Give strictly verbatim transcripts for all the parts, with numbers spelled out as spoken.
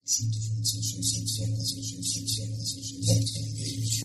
trzy tysiące sześćset dziewięć.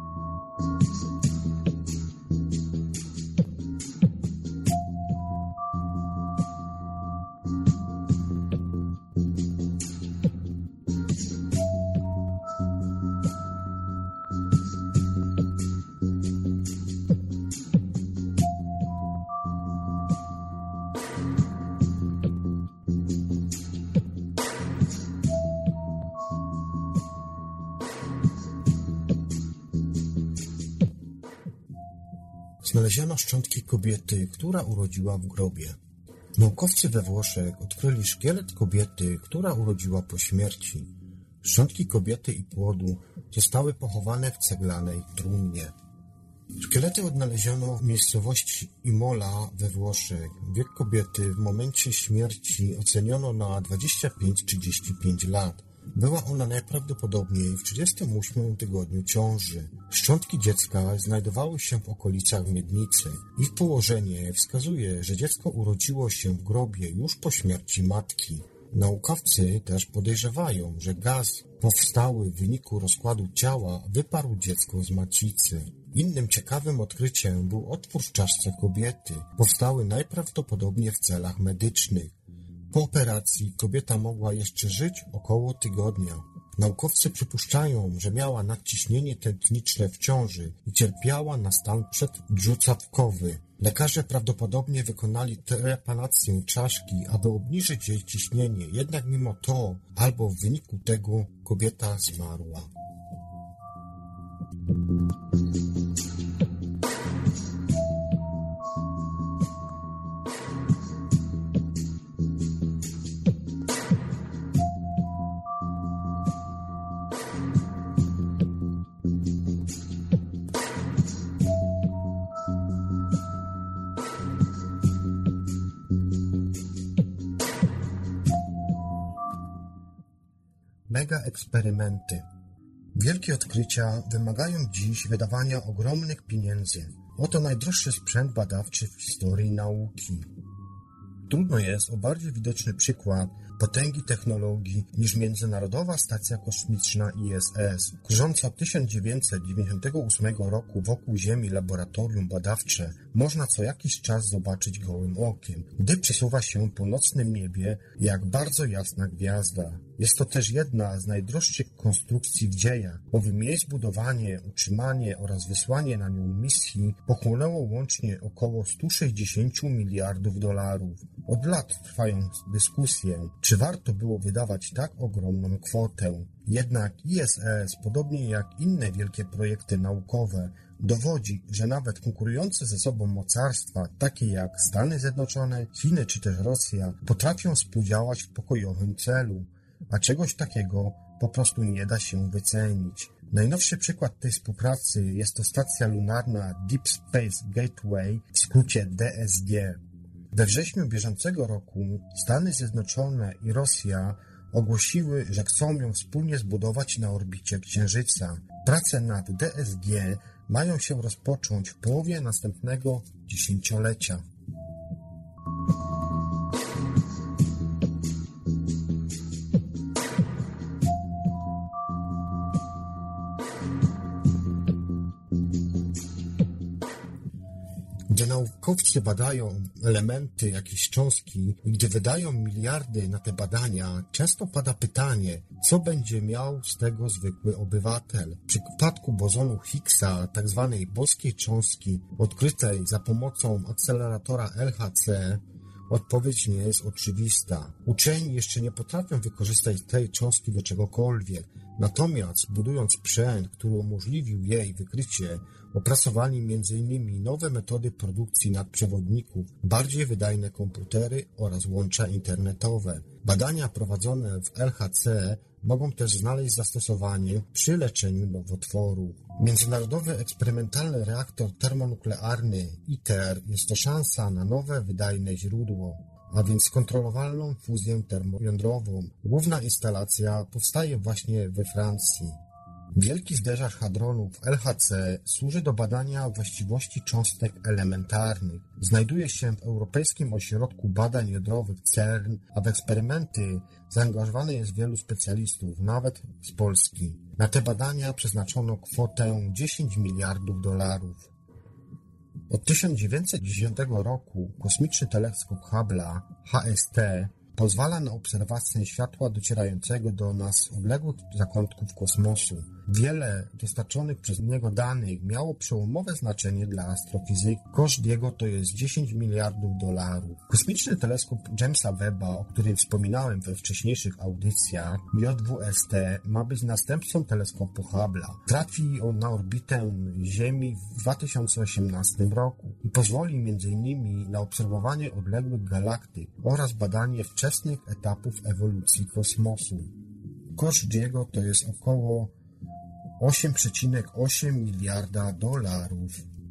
Znaleziono szczątki kobiety, która urodziła w grobie. Naukowcy we Włoszech odkryli szkielet kobiety, która urodziła po śmierci. Szczątki kobiety i płodu zostały pochowane w ceglanej trumnie. Szkielety odnaleziono w miejscowości Imola we Włoszech. Wiek kobiety w momencie śmierci oceniono na dwadzieścia pięć do trzydziestu pięciu lat. Była ona najprawdopodobniej w trzydziestym ósmym tygodniu ciąży. Szczątki dziecka znajdowały się w okolicach miednicy. Ich położenie wskazuje, że dziecko urodziło się w grobie już po śmierci matki. Naukowcy też podejrzewają, że gaz powstały w wyniku rozkładu ciała wyparł dziecko z macicy. Innym ciekawym odkryciem był otwór w czaszce kobiety. Powstały najprawdopodobniej w celach medycznych. Po operacji kobieta mogła jeszcze żyć około tygodnia. Naukowcy przypuszczają, że miała nadciśnienie tętniczne w ciąży i cierpiała na stan przedbrzucawkowy. Lekarze prawdopodobnie wykonali trepanację czaszki, aby obniżyć jej ciśnienie, jednak mimo to albo w wyniku tego kobieta zmarła. Mega eksperymenty. Wielkie odkrycia wymagają dziś wydawania ogromnych pieniędzy. Oto najdroższy sprzęt badawczy w historii nauki. Trudno jest o bardziej widoczny przykład potęgi technologii niż Międzynarodowa Stacja Kosmiczna I S S. Krążąca od tysiąc dziewięćset dziewięćdziesiątego ósmego roku wokół Ziemi laboratorium badawcze można co jakiś czas zobaczyć gołym okiem, gdy przesuwa się po nocnym niebie jak bardzo jasna gwiazda. Jest to też jedna z najdroższych konstrukcji w dziejach, bowiem jej zbudowanie, utrzymanie oraz wysłanie na nią misji pochłonęło łącznie około sto sześćdziesiąt miliardów dolarów. Od lat trwają dyskusje, czy warto było wydawać tak ogromną kwotę. Jednak I S S, podobnie jak inne wielkie projekty naukowe, dowodzi, że nawet konkurujące ze sobą mocarstwa, takie jak Stany Zjednoczone, Chiny czy też Rosja, potrafią współdziałać w pokojowym celu, a czegoś takiego po prostu nie da się wycenić. Najnowszy przykład tej współpracy jest to stacja lunarna Deep Space Gateway, w skrócie D S G. We wrześniu bieżącego roku Stany Zjednoczone i Rosja ogłosiły, że chcą ją wspólnie zbudować na orbicie Księżyca. Prace nad D S G mają się rozpocząć w połowie następnego dziesięciolecia. Gdy naukowcy badają elementy jakiejś cząstki i gdy wydają miliardy na te badania, często pada pytanie, co będzie miał z tego zwykły obywatel. W przypadku bozonu Higgsa, tzw. boskiej cząstki odkrytej za pomocą akceleratora L H C, odpowiedź nie jest oczywista. Uczeni jeszcze nie potrafią wykorzystać tej cząstki do czegokolwiek. Natomiast budując sprzęt, który umożliwił jej wykrycie, opracowali między innymi nowe metody produkcji nadprzewodników, bardziej wydajne komputery oraz łącza internetowe. Badania prowadzone w L H C mogą też znaleźć zastosowanie przy leczeniu nowotworów. Międzynarodowy eksperymentalny reaktor termonuklearny I T E R jest to szansa na nowe, wydajne źródło, a więc skontrolowalną fuzję termojądrową. Główna instalacja powstaje właśnie we Francji. Wielki zderzacz hadronów L H C służy do badania właściwości cząstek elementarnych. Znajduje się w Europejskim Ośrodku Badań Jądrowych C E R N, a w eksperymenty zaangażowane jest wielu specjalistów, nawet z Polski. Na te badania przeznaczono kwotę dziesięć miliardów dolarów. Od tysiąc dziewięćset dziesiątego roku kosmiczny teleskop Hubble'a H S T pozwala na obserwację światła docierającego do nas odległych zakątków kosmosu. Wiele dostarczonych przez niego danych miało przełomowe znaczenie dla astrofizyki. Koszt jego to jest dziesięć miliardów dolarów. Kosmiczny teleskop Jamesa Webba, o którym wspominałem we wcześniejszych audycjach, J W S T, ma być następcą teleskopu Hubble'a. Trafi on na orbitę Ziemi w dwa tysiące osiemnastym roku i pozwoli między innymi na obserwowanie odległych galaktyk oraz badanie wczesnych etapów ewolucji kosmosu. Koszt jego to jest około osiem przecinek osiem miliarda dolarów.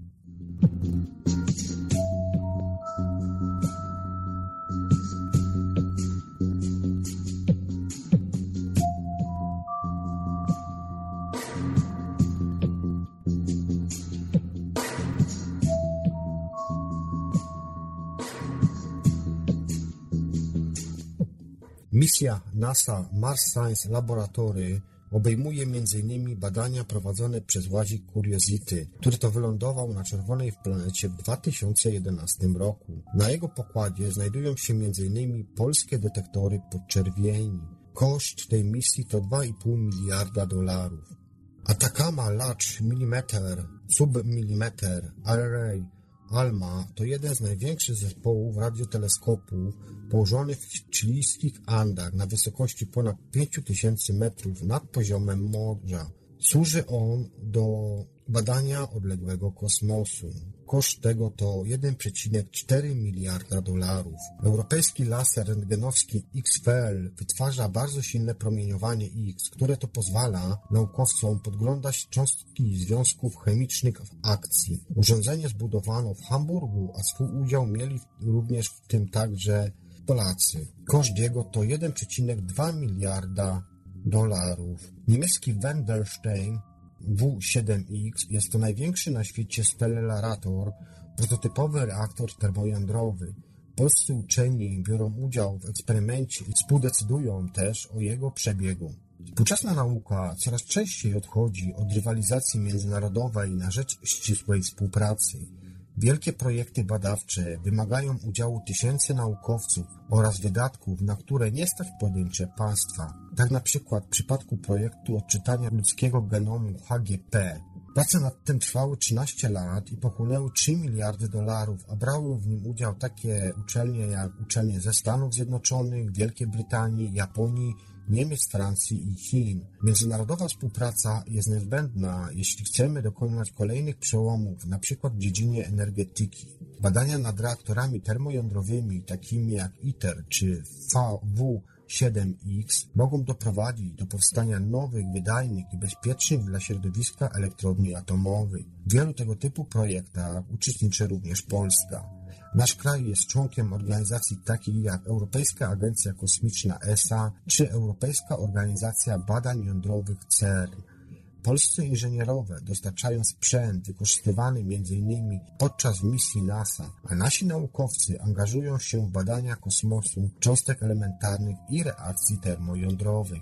Misja NASA Mars Science Laboratory obejmuje m in badania prowadzone przez łazik Curiosity, który to wylądował na czerwonej planecie w dwa tysiące jedenastym roku. Na jego pokładzie znajdują się m in polskie detektory podczerwieni. Koszt tej misji to dwa i pół miliarda dolarów. Atacama Large Millimeter Submillimeter Array ALMA to jeden z największych zespołów radioteleskopów położonych w chilijskich Andach na wysokości ponad pięć tysięcy metrów nad poziomem morza. Służy on do badania odległego kosmosu. Koszt tego to jeden przecinek cztery miliarda dolarów. Europejski laser rentgenowski X F L wytwarza bardzo silne promieniowanie X, które to pozwala naukowcom podglądać cząstki związków chemicznych w akcji. Urządzenie zbudowano w Hamburgu, a swój udział mieli również w tym także Polacy. Koszt jego to jeden przecinek dwa miliarda dolarów. Niemiecki Wendelstein W siedem X jest to największy na świecie stellarator, prototypowy reaktor termojądrowy. Polscy uczeni biorą udział w eksperymencie i współdecydują też o jego przebiegu. Współczesna nauka coraz częściej odchodzi od rywalizacji międzynarodowej na rzecz ścisłej współpracy. Wielkie projekty badawcze wymagają udziału tysięcy naukowców oraz wydatków, na które nie stać pojedyncze państwa. Tak na przykład w przypadku projektu odczytania ludzkiego genomu H G P. Prace nad tym trwały trzynaście lat i pochłonęły trzy miliardy dolarów, a brały w nim udział takie uczelnie jak uczelnie ze Stanów Zjednoczonych, Wielkiej Brytanii, Japonii, Niemiec, Francji i Chin. Międzynarodowa współpraca jest niezbędna, jeśli chcemy dokonać kolejnych przełomów, na przykład w dziedzinie energetyki. Badania nad reaktorami termojądrowymi, takimi jak ITER czy V W siedem X, mogą doprowadzić do powstania nowych, wydajnych i bezpiecznych dla środowiska elektrowni atomowych. W wielu tego typu projektach uczestniczy również Polska. Nasz kraj jest członkiem organizacji takich jak Europejska Agencja Kosmiczna E S A czy Europejska Organizacja Badań Jądrowych C E R N. Polscy inżynierowie dostarczają sprzęt wykorzystywany między innymi podczas misji NASA, a nasi naukowcy angażują się w badania kosmosu, cząstek elementarnych i reakcji termojądrowych.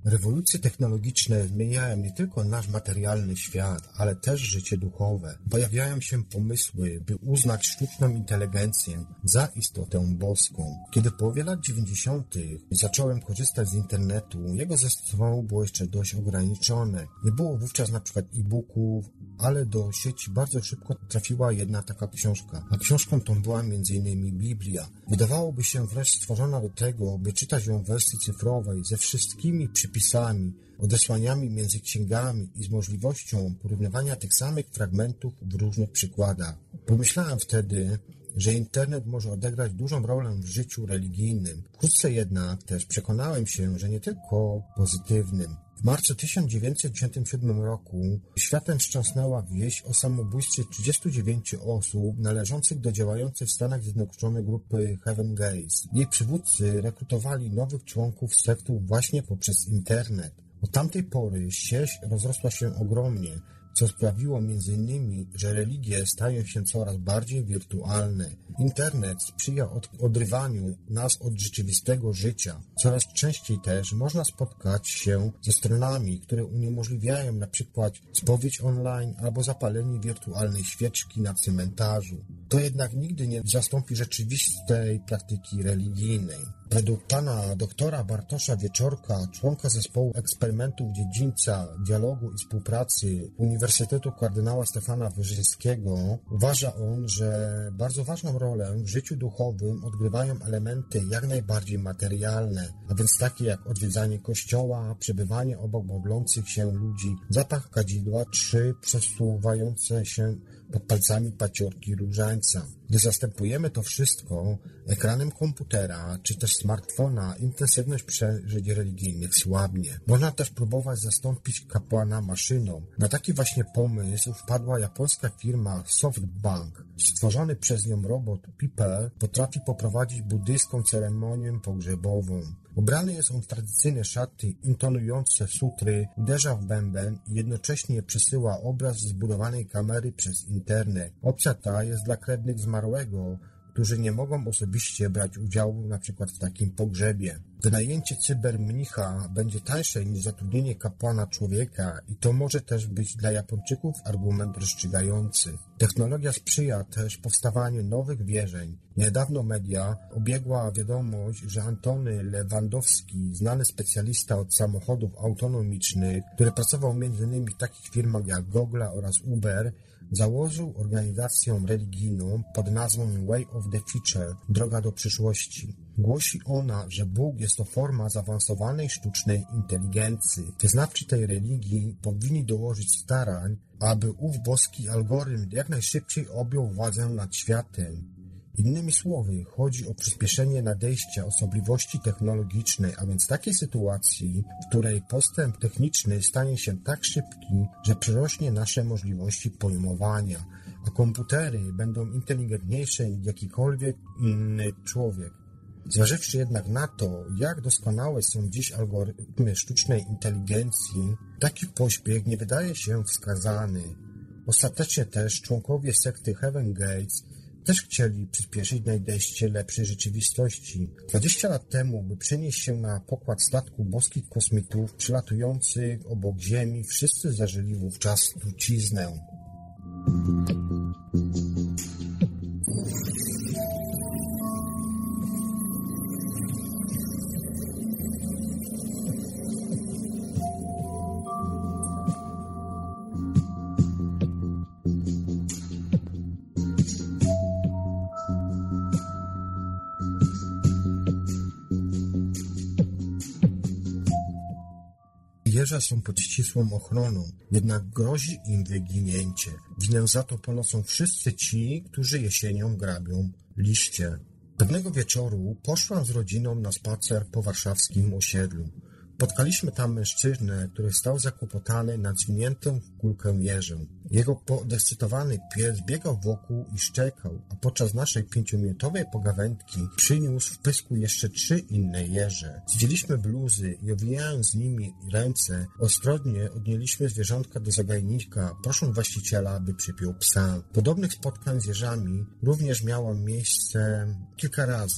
Rewolucje technologiczne zmieniają nie tylko nasz materialny świat, ale też życie duchowe. Pojawiają się pomysły, by uznać sztuczną inteligencję za istotę boską. Kiedy w połowie lat dziewięćdziesiątych zacząłem korzystać z internetu, jego zastosowanie było jeszcze dość ograniczone. Nie było wówczas na przykład e-booków, ale do sieci bardzo szybko trafiła jedna taka książka. A książką tą była między innymi Biblia. Wydawałoby się wręcz stworzona do tego, by czytać ją w wersji cyfrowej ze wszystkimi przypisami, odesłaniami między księgami i z możliwością porównywania tych samych fragmentów w różnych przykładach. Pomyślałem wtedy, że internet może odegrać dużą rolę w życiu religijnym. Wkrótce jednak też przekonałem się, że nie tylko pozytywnym. W marcu tysiąc dziewięćset dziewięćdziesiątym siódmym roku światem wstrząsnęła wieść o samobójstwie trzydziestu dziewięciu osób należących do działającej w Stanach Zjednoczonych grupy Heaven Gates. Jej przywódcy rekrutowali nowych członków sektów właśnie poprzez internet. Od tamtej pory sieć rozrosła się ogromnie, co sprawiło między innymi, że religie stają się coraz bardziej wirtualne. Internet sprzyja od, odrywaniu nas od rzeczywistego życia. Coraz częściej też można spotkać się ze stronami, które uniemożliwiają na przykład spowiedź online albo zapalenie wirtualnej świeczki na cmentarzu. To jednak nigdy nie zastąpi rzeczywistej praktyki religijnej. Według pana doktora Bartosza Wieczorka, członka zespołu eksperymentów dziedzińca dialogu i współpracy Uniwersytetu Kardynała Stefana Wyszyńskiego, uważa on, że bardzo ważną rolę w życiu duchowym odgrywają elementy jak najbardziej materialne, a więc takie jak odwiedzanie kościoła, przebywanie obok modlących się ludzi, zapach kadzidła czy przesuwające się pod palcami paciorki różańca. Gdy zastępujemy to wszystko ekranem komputera czy też smartfona, intensywność przeżyć religijnych słabnie. Można też próbować zastąpić kapłana maszyną. Na taki właśnie pomysł wpadła japońska firma SoftBank. Stworzony przez nią robot Piper potrafi poprowadzić buddyjską ceremonię pogrzebową. Ubrany jest on w tradycyjne szaty intonujące sutry, uderza w bęben i jednocześnie przesyła obraz zbudowanej kamery przez internet. Opcja ta jest dla krewnych zmarłego, którzy nie mogą osobiście brać udziału na przykład w takim pogrzebie. Wynajęcie cybermnicha będzie tańsze niż zatrudnienie kapłana człowieka i to może też być dla Japończyków argument rozstrzygający. Technologia sprzyja też powstawaniu nowych wierzeń. Niedawno media obiegła wiadomość, że Antony Lewandowski, znany specjalista od samochodów autonomicznych, który pracował m.in. w takich firmach jak Google oraz Uber, założył organizację religijną pod nazwą Way of the Future, droga do przyszłości. Głosi ona, że Bóg jest to forma zaawansowanej sztucznej inteligencji. Wyznawcy tej religii powinni dołożyć starań, aby ów boski algorytm jak najszybciej objął władzę nad światem. Innymi słowy, chodzi o przyspieszenie nadejścia osobliwości technologicznej, a więc takiej sytuacji, w której postęp techniczny stanie się tak szybki, że przerośnie nasze możliwości pojmowania, a komputery będą inteligentniejsze niż jakikolwiek inny człowiek. Zważywszy jednak na to, jak doskonałe są dziś algorytmy sztucznej inteligencji, taki pośpiech nie wydaje się wskazany. Ostatecznie też członkowie sekty Heaven Gates też chcieli przyspieszyć nadejście lepszej rzeczywistości. Dwadzieścia lat temu, by przenieść się na pokład statku boskich kosmitów przylatujących obok Ziemi, wszyscy zażyli wówczas truciznę. Wieże są pod ścisłą ochroną, jednak grozi im wyginięcie. Winę za to ponoszą wszyscy ci, którzy jesienią grabią liście. Pewnego wieczoru poszłam z rodziną na spacer po warszawskim osiedlu. Spotkaliśmy tam mężczyznę, który stał zakłopotany nad zwiniętą w kulkę jeżą. Jego podekscytowany pies biegał wokół i szczekał, a podczas naszej pięciominutowej pogawędki przyniósł w pysku jeszcze trzy inne jeże. Zdjęliśmy bluzy i owijając z nimi ręce, ostrożnie odnieśliśmy zwierzątka do zagajnika, prosząc właściciela, by przypiął psa. Podobnych spotkań z jeżami również miało miejsce kilka razy.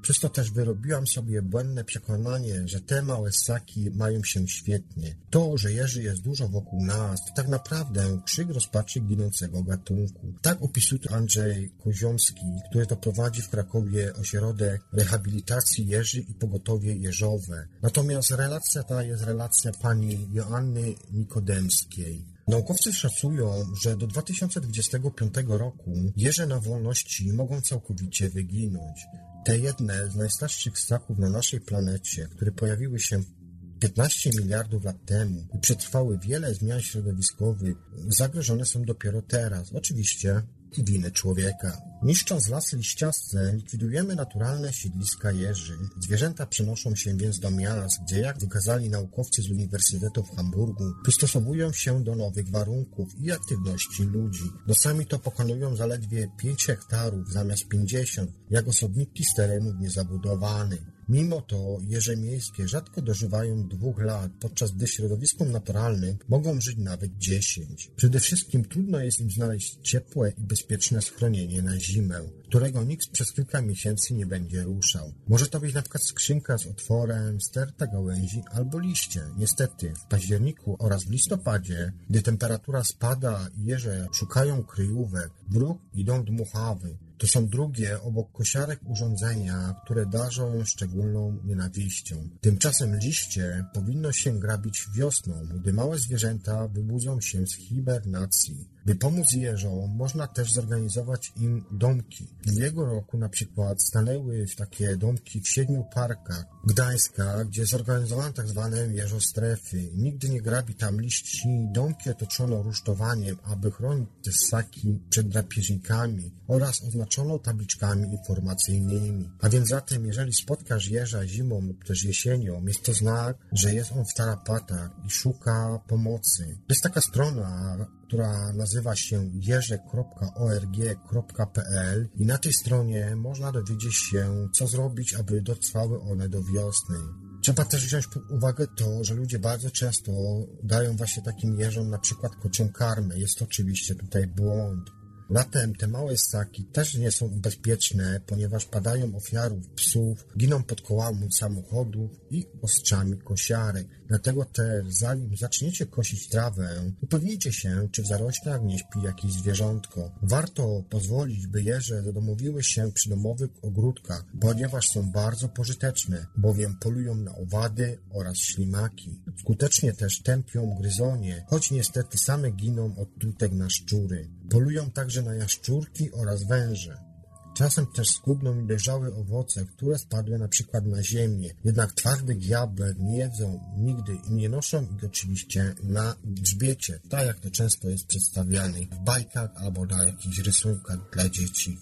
Przez to też wyrobiłam sobie błędne przekonanie, że te małe ssaki mają się świetnie. To, że jeży jest dużo wokół nas, to tak naprawdę krzyk rozpaczy ginącego gatunku. Tak opisuje Andrzej Koziomski, który to prowadzi w Krakowie ośrodek rehabilitacji jeży i pogotowie jeżowe. Natomiast relacja ta jest relacja pani Joanny Nikodemskiej. Naukowcy szacują, że do dwa tysiące dwudziestego piątego roku jeże na wolności mogą całkowicie wyginąć. Te jedne z najstarszych ssaków na naszej planecie, które pojawiły się piętnaście miliardów lat temu i przetrwały wiele zmian środowiskowych, zagrożone są dopiero teraz. Oczywiście winy człowieka. Niszcząc lasy liściaste, likwidujemy naturalne siedliska jeży. Zwierzęta przenoszą się więc do miast, gdzie, jak wykazali naukowcy z Uniwersytetu w Hamburgu, przystosowują się do nowych warunków i aktywności ludzi. Nosami to pokonują zaledwie pięć hektarów zamiast pięćdziesiąt, jak osobniki z terenów niezabudowanych. Mimo to jeże miejskie rzadko dożywają dwóch lat, podczas gdy w środowisku naturalnym mogą żyć nawet dziesięć. Przede wszystkim trudno jest im znaleźć ciepłe i bezpieczne schronienie na zimę, którego nikt przez kilka miesięcy nie będzie ruszał. Może to być na przykład skrzynka z otworem, sterta gałęzi albo liście. Niestety w październiku oraz w listopadzie, gdy temperatura spada i jeże szukają kryjówek, w róg idą dmuchawy. To są drugie obok kosiarek urządzenia, które darzą szczególną nienawiścią. Tymczasem liście powinno się grabić wiosną, gdy małe zwierzęta wybudzą się z hibernacji. By pomóc jeżom, można też zorganizować im domki. Ubiegłego roku na przykład stanęły w takie domki w siedmiu parkach Gdańska, gdzie zorganizowano tak zwane jeżostrefy. Nigdy nie grabi tam liści, domki otoczono rusztowaniem, aby chronić te ssaki przed drapieżnikami oraz oznaczono tabliczkami informacyjnymi. A więc zatem, jeżeli spotkasz jeża zimą lub też jesienią, jest to znak, że jest on w tarapatach i szuka pomocy. Jest taka strona, która nazywa się jeże kropka org kropka pl i na tej stronie można dowiedzieć się, co zrobić, aby dotrwały one do wiosny. Trzeba też wziąć pod uwagę to, że ludzie bardzo często dają właśnie takim jeżom na przykład kocią karmę. Jest to oczywiście tutaj błąd. Latem te małe ssaki też nie są bezpieczne, ponieważ padają ofiarą psów, giną pod kołami samochodów i ostrzami kosiarek. Dlatego też, zanim zaczniecie kosić trawę, upewnijcie się, czy w zaroślach nie śpi jakieś zwierzątko. Warto pozwolić, by jeże zadomowiły się przy domowych ogródkach, ponieważ są bardzo pożyteczne, bowiem polują na owady oraz ślimaki. Skutecznie też tępią gryzonie, choć niestety same giną od trutek na szczury. Polują także na jaszczurki oraz węże. Czasem też skubną dojrzałe owoce, które spadły na przykład na ziemię. Jednak twardych jabłek nie jedzą nigdy i nie noszą ich oczywiście na grzbiecie, tak jak to często jest przedstawiane w bajkach albo na jakichś rysunkach dla dzieci.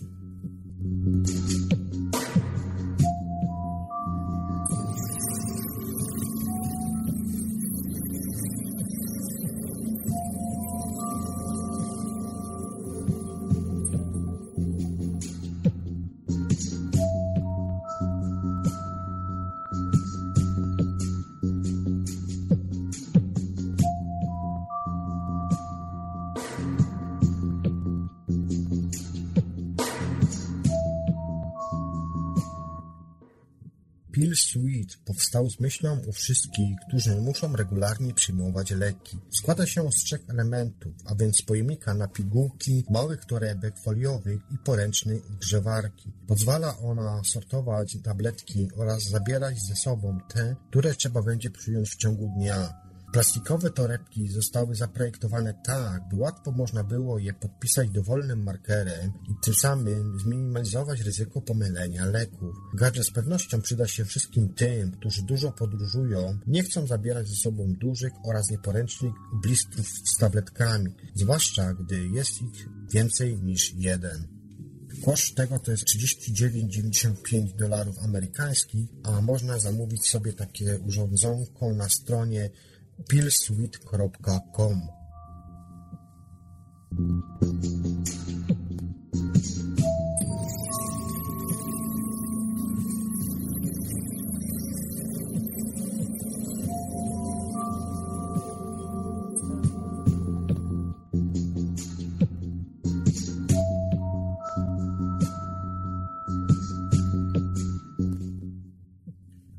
Pill Sweet powstał z myślą o wszystkich, którzy muszą regularnie przyjmować leki. Składa się z trzech elementów, a więc pojemnika na pigułki, małych torebek foliowych i poręcznej odgrzewarki. Pozwala ona sortować tabletki oraz zabierać ze sobą te, które trzeba będzie przyjąć w ciągu dnia. Plastikowe torebki zostały zaprojektowane tak, by łatwo można było je podpisać dowolnym markerem i tym samym zminimalizować ryzyko pomylenia leków. Gadżet z pewnością przyda się wszystkim tym, którzy dużo podróżują, nie chcą zabierać ze sobą dużych oraz nieporęcznych blistrów z tabletkami, zwłaszcza gdy jest ich więcej niż jeden. Koszt tego to jest trzydzieści dziewięć dziewięćdziesiąt pięć dolarów amerykańskich, a można zamówić sobie takie urządzonko na stronie pill sweet kropka com.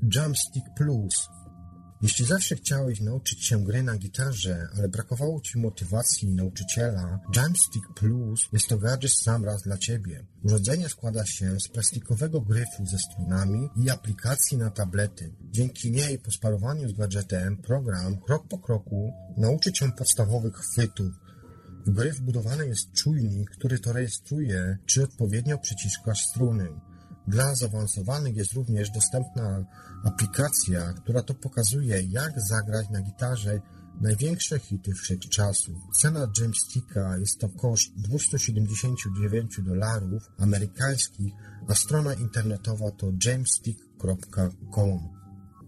Jumpstick Plus. Jeśli zawsze chciałeś nauczyć się gry na gitarze, ale brakowało Ci motywacji i nauczyciela, Jumpstick Plus jest to gadżet sam raz dla Ciebie. Urządzenie składa się z plastikowego gryfu ze strunami i aplikacji na tablety. Dzięki niej po sparowaniu z gadżetem program krok po kroku nauczy Cię podstawowych chwytów. W gry wbudowany jest czujnik, który to rejestruje, czy odpowiednio przyciskasz struny. Dla zaawansowanych jest również dostępna aplikacja, która to pokazuje, jak zagrać na gitarze największe hity wszechczasów. Cena Jumpsticka jest to koszt dwieście siedemdziesiąt dziewięć dolarów amerykańskich, a strona internetowa to jumpstick kropka com.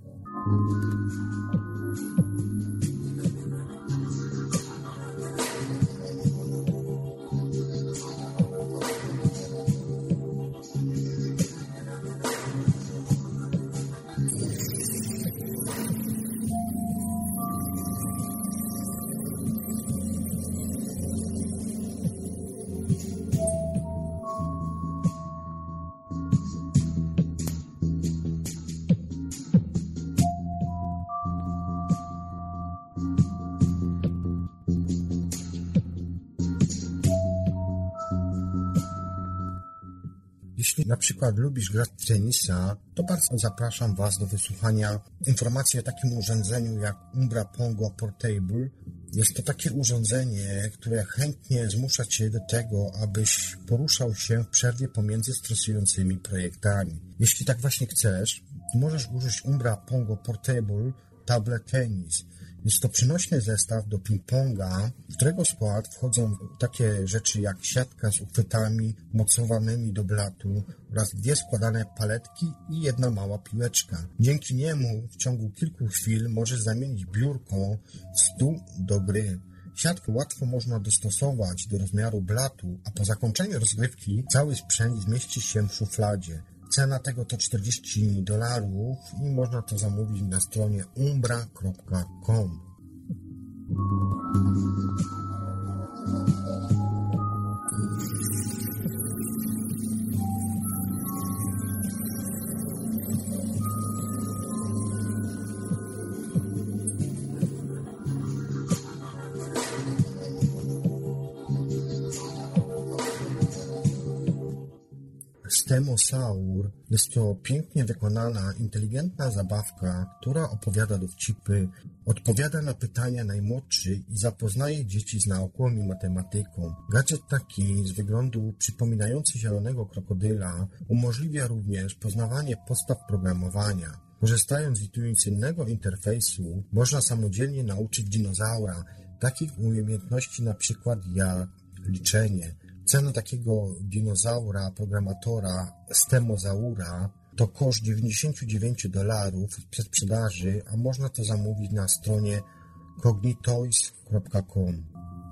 Jeśli na przykład lubisz grać w tenisa, to bardzo zapraszam Was do wysłuchania informacji o takim urządzeniu jak Umbra Pongo Portable. Jest to takie urządzenie, które chętnie zmusza Cię do tego, abyś poruszał się w przerwie pomiędzy stresującymi projektami. Jeśli tak właśnie chcesz, możesz użyć Umbra Pongo Portable Table Tennis. Jest to przenośny zestaw do ping-ponga, w którego skład wchodzą takie rzeczy jak siatka z uchwytami mocowanymi do blatu oraz dwie składane paletki i jedna mała piłeczka. Dzięki niemu w ciągu kilku chwil możesz zamienić biurko w stół do gry. Siatkę łatwo można dostosować do rozmiaru blatu, a po zakończeniu rozgrywki cały sprzęt zmieści się w szufladzie. Cena tego to czterdzieści dolarów i można to zamówić na stronie umbra kropka com. Stemosaur jest to pięknie wykonana, inteligentna zabawka, która opowiada dowcipy, odpowiada na pytania najmłodszych i zapoznaje dzieci z nauką i matematyką. Gadżet taki, z wyglądu przypominający zielonego krokodyla, umożliwia również poznawanie podstaw programowania. Korzystając z intuicyjnego interfejsu, można samodzielnie nauczyć dinozaura takich umiejętności na przykład jak liczenie. Cena takiego dinozaura, programatora, stemozaura to koszt dziewięćdziesiąt dziewięć dolarów w przedsprzedaży, a można to zamówić na stronie cognitoys kropka com.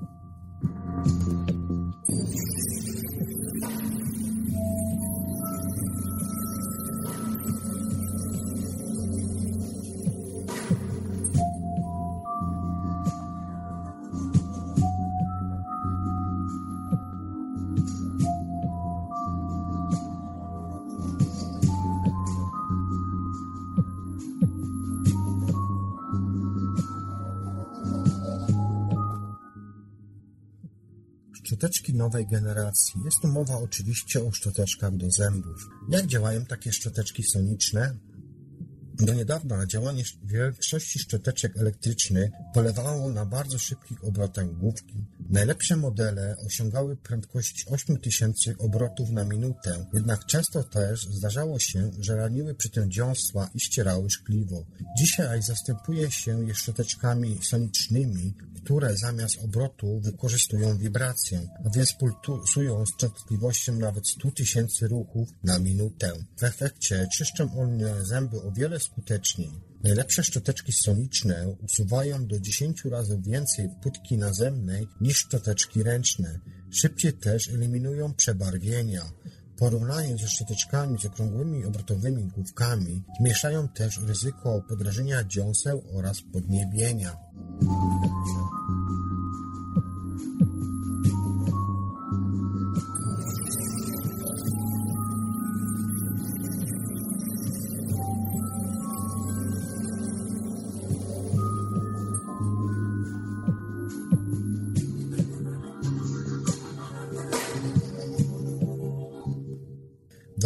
Szczoteczki nowej generacji. Jest tu mowa oczywiście o szczoteczkach do zębów. Jak działają takie szczoteczki soniczne? Do niedawna działanie większości szczoteczek elektrycznych polegało na bardzo szybkich obrotach główki. Najlepsze modele osiągały prędkość osiem tysięcy obrotów na minutę, jednak często też zdarzało się, że raniły przy tym dziąsła i ścierały szkliwo. Dzisiaj zastępuje się je szczoteczkami sonicznymi, które zamiast obrotu wykorzystują wibrację, a więc pulsują z częstotliwością nawet sto tysięcy ruchów na minutę. W efekcie czyszczą one zęby o wiele skuteczniej. Najlepsze szczoteczki soniczne usuwają do dziesięciu razy więcej płytki nazemnej niż szczoteczki ręczne. Szybciej też eliminują przebarwienia. W porównaniu ze szczoteczkami z okrągłymi obrotowymi główkami zmniejszają też ryzyko podrażnienia dziąseł oraz podniebienia.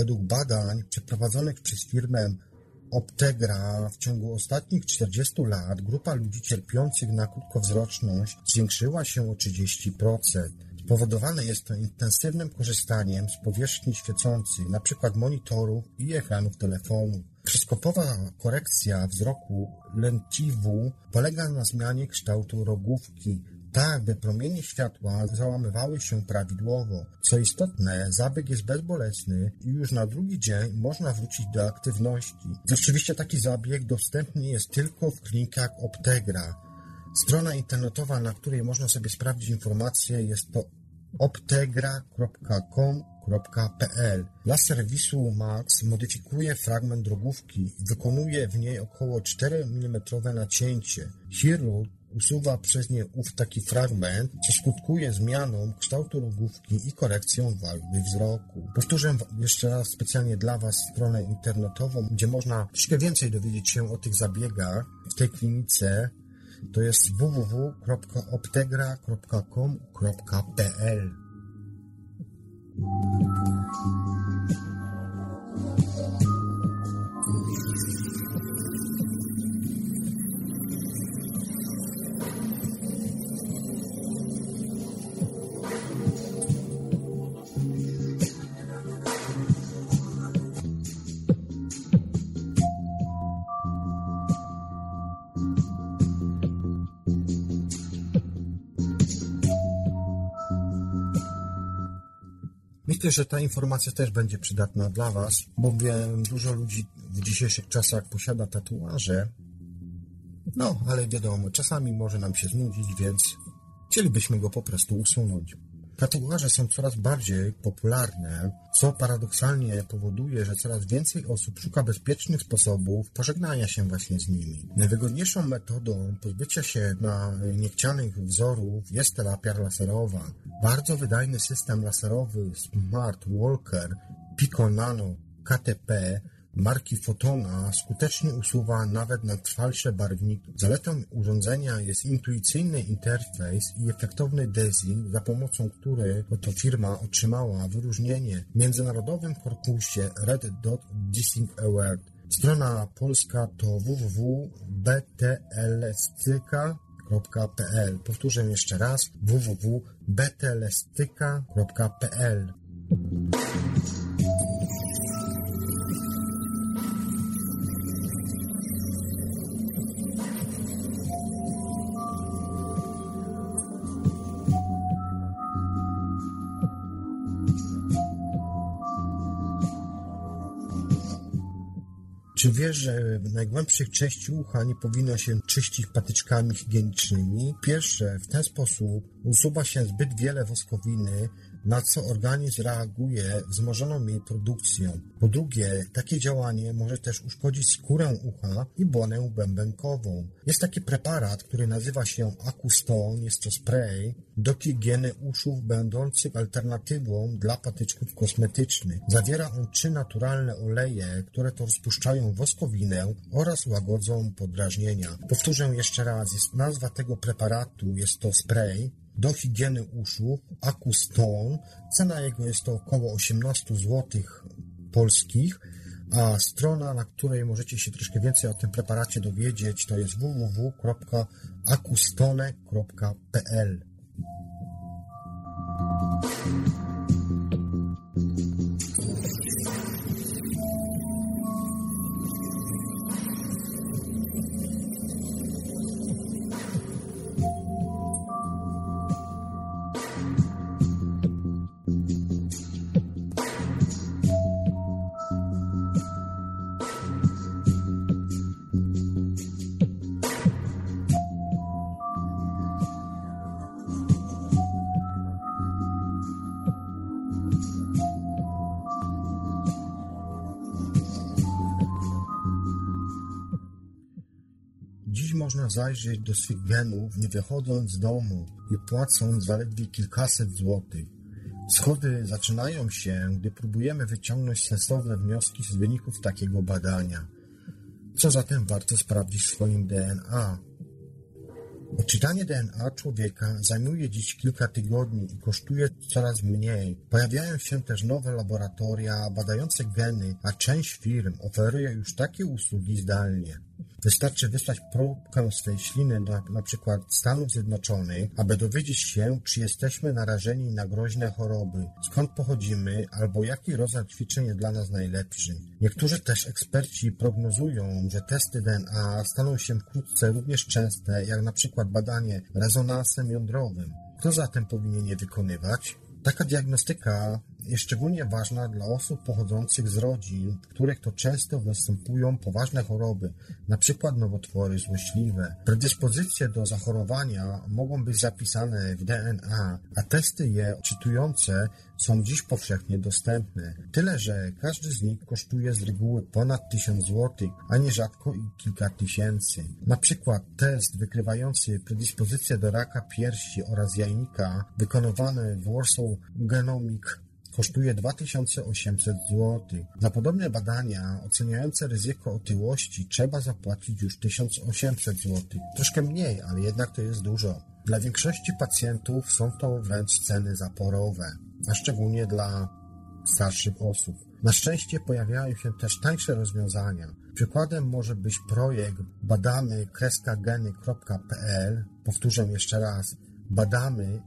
Według badań przeprowadzonych przez firmę Optegra w ciągu ostatnich czterdziestu lat grupa ludzi cierpiących na krótkowzroczność zwiększyła się o trzydzieści procent. Spowodowane jest to intensywnym korzystaniem z powierzchni świecących, np. monitorów i ekranów telefonów. Przyskokowa korekcja wzroku lentiwu polega na zmianie kształtu rogówki, tak by promienie światła załamywały się prawidłowo. Co istotne, zabieg jest bezbolesny i już na drugi dzień można wrócić do aktywności. Oczywiście taki zabieg dostępny jest tylko w klinikach Optegra. Strona internetowa, na której można sobie sprawdzić informacje, jest to optegra kropka com kropka p l. Dla serwisu Max modyfikuje fragment rogówki i wykonuje w niej około cztery milimetrowe nacięcie. Chirurg usuwa przez nie ów taki fragment, co skutkuje zmianą kształtu rogówki i korekcją warstwy wzroku. Powtórzę jeszcze raz specjalnie dla Was stronę internetową, gdzie można troszkę więcej dowiedzieć się o tych zabiegach w tej klinice. To jest w w w kropka optegra kropka com kropka p l. Myślę, że ta informacja też będzie przydatna dla Was, bowiem dużo ludzi w dzisiejszych czasach posiada tatuaże. No, ale wiadomo, czasami może nam się znudzić, więc chcielibyśmy go po prostu usunąć. Tatuaże są coraz bardziej popularne, co paradoksalnie powoduje, że coraz więcej osób szuka bezpiecznych sposobów pożegnania się właśnie z nimi. Najwygodniejszą metodą pozbycia się na niechcianych wzorów jest terapia laserowa. Bardzo wydajny system laserowy Smart Walker Pico Nano K T P marki Fotona skutecznie usuwa nawet najtrwalsze barwniki. Zaletą urządzenia jest intuicyjny interfejs i efektowny design, za pomocą których oto firma otrzymała wyróżnienie w międzynarodowym konkursie Red Dot Design Award. Strona polska to w w w kropka b t elestyka kropka p l. Powtórzę jeszcze raz w w w kropka b t elestyka kropka p l. Czy wiesz, że w najgłębszych części ucha nie powinno się czyścić patyczkami higienicznymi? Pierwsze, w ten sposób usuwa się zbyt wiele woskowiny, na co organizm reaguje wzmożoną jej produkcją. Po drugie, takie działanie może też uszkodzić skórę ucha i błonę bębenkową. Jest taki preparat, który nazywa się Acustone, jest to spray do higieny uszu będący alternatywą dla patyczków kosmetycznych. Zawiera on trzy naturalne oleje, które to rozpuszczają woskowinę oraz łagodzą podrażnienia. Powtórzę jeszcze raz, jest nazwa tego preparatu, jest to spray do higieny uszu Acustone. Cena jego jest to około osiemnaście złotych polskich, a strona, na której możecie się troszkę więcej o tym preparacie dowiedzieć, to jest w w w kropka acustone kropka p l. Dziś można zajrzeć do swych genów, nie wychodząc z domu i płacąc zaledwie kilkaset złotych. Schody zaczynają się, gdy próbujemy wyciągnąć sensowne wnioski z wyników takiego badania. Co zatem warto sprawdzić w swoim D N A? Odczytanie D N A człowieka zajmuje dziś kilka tygodni i kosztuje coraz mniej. Pojawiają się też nowe laboratoria badające geny, a część firm oferuje już takie usługi zdalnie. Wystarczy wysłać próbkę swej śliny do na przykład Stanów Zjednoczonych, aby dowiedzieć się, czy jesteśmy narażeni na groźne choroby, skąd pochodzimy, albo jaki rodzaj ćwiczeń jest dla nas najlepszy. Niektórzy też eksperci prognozują, że testy D N A staną się wkrótce również częste, jak na przykład badanie rezonansem jądrowym. Kto zatem powinien je wykonywać? Taka diagnostyka jest szczególnie ważna dla osób pochodzących z rodzin, w których to często występują poważne choroby, np. nowotwory złośliwe. Predyspozycje do zachorowania mogą być zapisane w D N A, a testy je odczytujące są dziś powszechnie dostępne. Tyle, że każdy z nich kosztuje z reguły ponad tysiąc złotych, a nierzadko i kilka tysięcy. Na przykład test wykrywający predyspozycję do raka piersi oraz jajnika, wykonywany w Warsaw Genomic, kosztuje dwa tysiące osiemset złotych. Za podobne badania oceniające ryzyko otyłości trzeba zapłacić już tysiąc osiemset złotych. Troszkę mniej, ale jednak to jest dużo. Dla większości pacjentów są to wręcz ceny zaporowe, a szczególnie dla starszych osób. Na szczęście pojawiają się też tańsze rozwiązania. Przykładem może być projekt badamy geny kropka p l. Powtórzę jeszcze raz. Badamy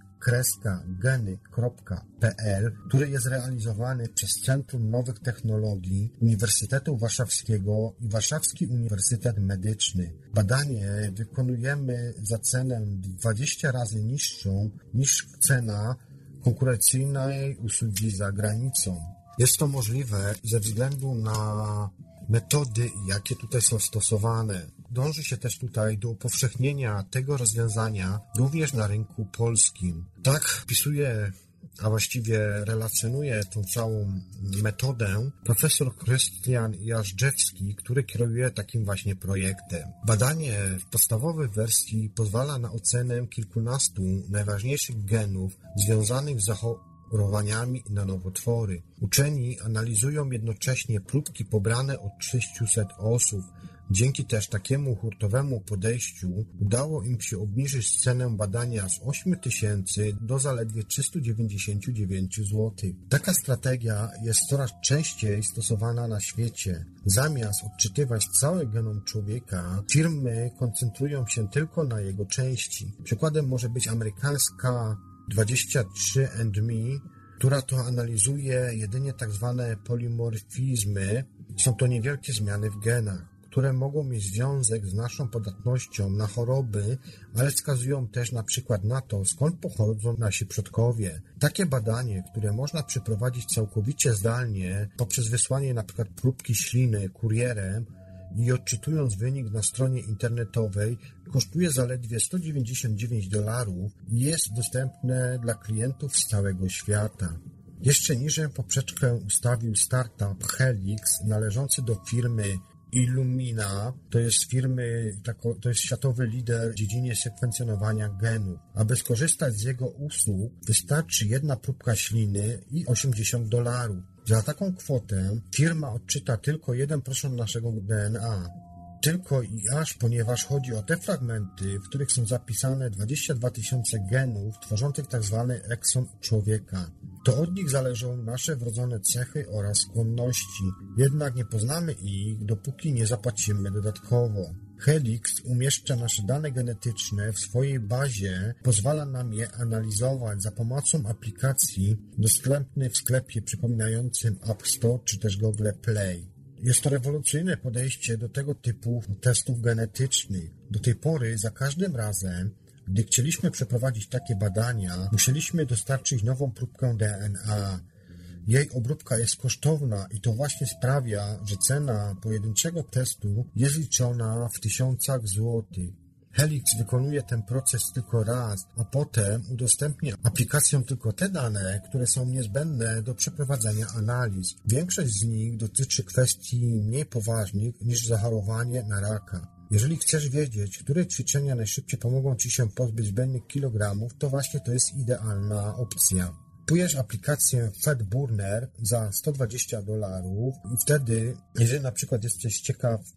geny kropka p l, który jest realizowany przez Centrum Nowych Technologii Uniwersytetu Warszawskiego i Warszawski Uniwersytet Medyczny. Badanie wykonujemy za cenę dwadzieścia razy niższą niż cena konkurencyjnej usługi za granicą. Jest to możliwe ze względu na metody, jakie tutaj są stosowane. Dąży się też tutaj do upowszechnienia tego rozwiązania również na rynku polskim. Tak wpisuje, a właściwie relacjonuje tą całą metodę profesor Krystian Jażdżewski, który kieruje takim właśnie projektem. Badanie w podstawowej wersji pozwala na ocenę kilkunastu najważniejszych genów związanych z zachorowaniami na nowotwory. Uczeni analizują jednocześnie próbki pobrane od sześciuset osób. Dzięki też takiemu hurtowemu podejściu udało im się obniżyć cenę badania z ośmiu tysięcy do zaledwie trzystu dziewięćdziesięciu dziewięciu złotych. Taka strategia jest coraz częściej stosowana na świecie. Zamiast odczytywać cały genom człowieka, firmy koncentrują się tylko na jego części. Przykładem może być amerykańska dwadzieścia trzy and me, która to analizuje jedynie tak zwane polimorfizmy. Są to niewielkie zmiany w genach, które mogą mieć związek z naszą podatnością na choroby, ale wskazują też na przykład na to, skąd pochodzą nasi przodkowie. Takie badanie, które można przeprowadzić całkowicie zdalnie poprzez wysłanie na przykład próbki śliny kurierem i odczytując wynik na stronie internetowej, kosztuje zaledwie sto dziewięćdziesiąt dziewięć dolarów i jest dostępne dla klientów z całego świata. Jeszcze niżej poprzeczkę ustawił startup Helix należący do firmy Illumina, to jest firmy, to jest światowy lider w dziedzinie sekwencjonowania genów. Aby skorzystać z jego usług, wystarczy jedna próbka śliny i osiemdziesiąt dolarów. Za taką kwotę firma odczyta tylko jeden procent naszego D N A. Tylko i aż, ponieważ chodzi o te fragmenty, w których są zapisane dwadzieścia dwa tysiące genów tworzących tzw. ekson człowieka. To od nich zależą nasze wrodzone cechy oraz skłonności, jednak nie poznamy ich, dopóki nie zapłacimy dodatkowo. Helix umieszcza nasze dane genetyczne w swojej bazie, pozwala nam je analizować za pomocą aplikacji dostępnej w sklepie przypominającym App Store czy też Google Play. Jest to rewolucyjne podejście do tego typu testów genetycznych. Do tej pory za każdym razem, gdy chcieliśmy przeprowadzić takie badania, musieliśmy dostarczyć nową próbkę D N A. Jej obróbka jest kosztowna i to właśnie sprawia, że cena pojedynczego testu jest liczona w tysiącach złotych. Helix wykonuje ten proces tylko raz, a potem udostępnia aplikacjom tylko te dane, które są niezbędne do przeprowadzenia analiz. Większość z nich dotyczy kwestii mniej poważnych niż zachorowanie na raka. Jeżeli chcesz wiedzieć, które ćwiczenia najszybciej pomogą Ci się pozbyć zbędnych kilogramów, to właśnie to jest idealna opcja. Kupujesz aplikację Fatburner za sto dwadzieścia dolarów i wtedy, jeżeli na przykład jesteś ciekaw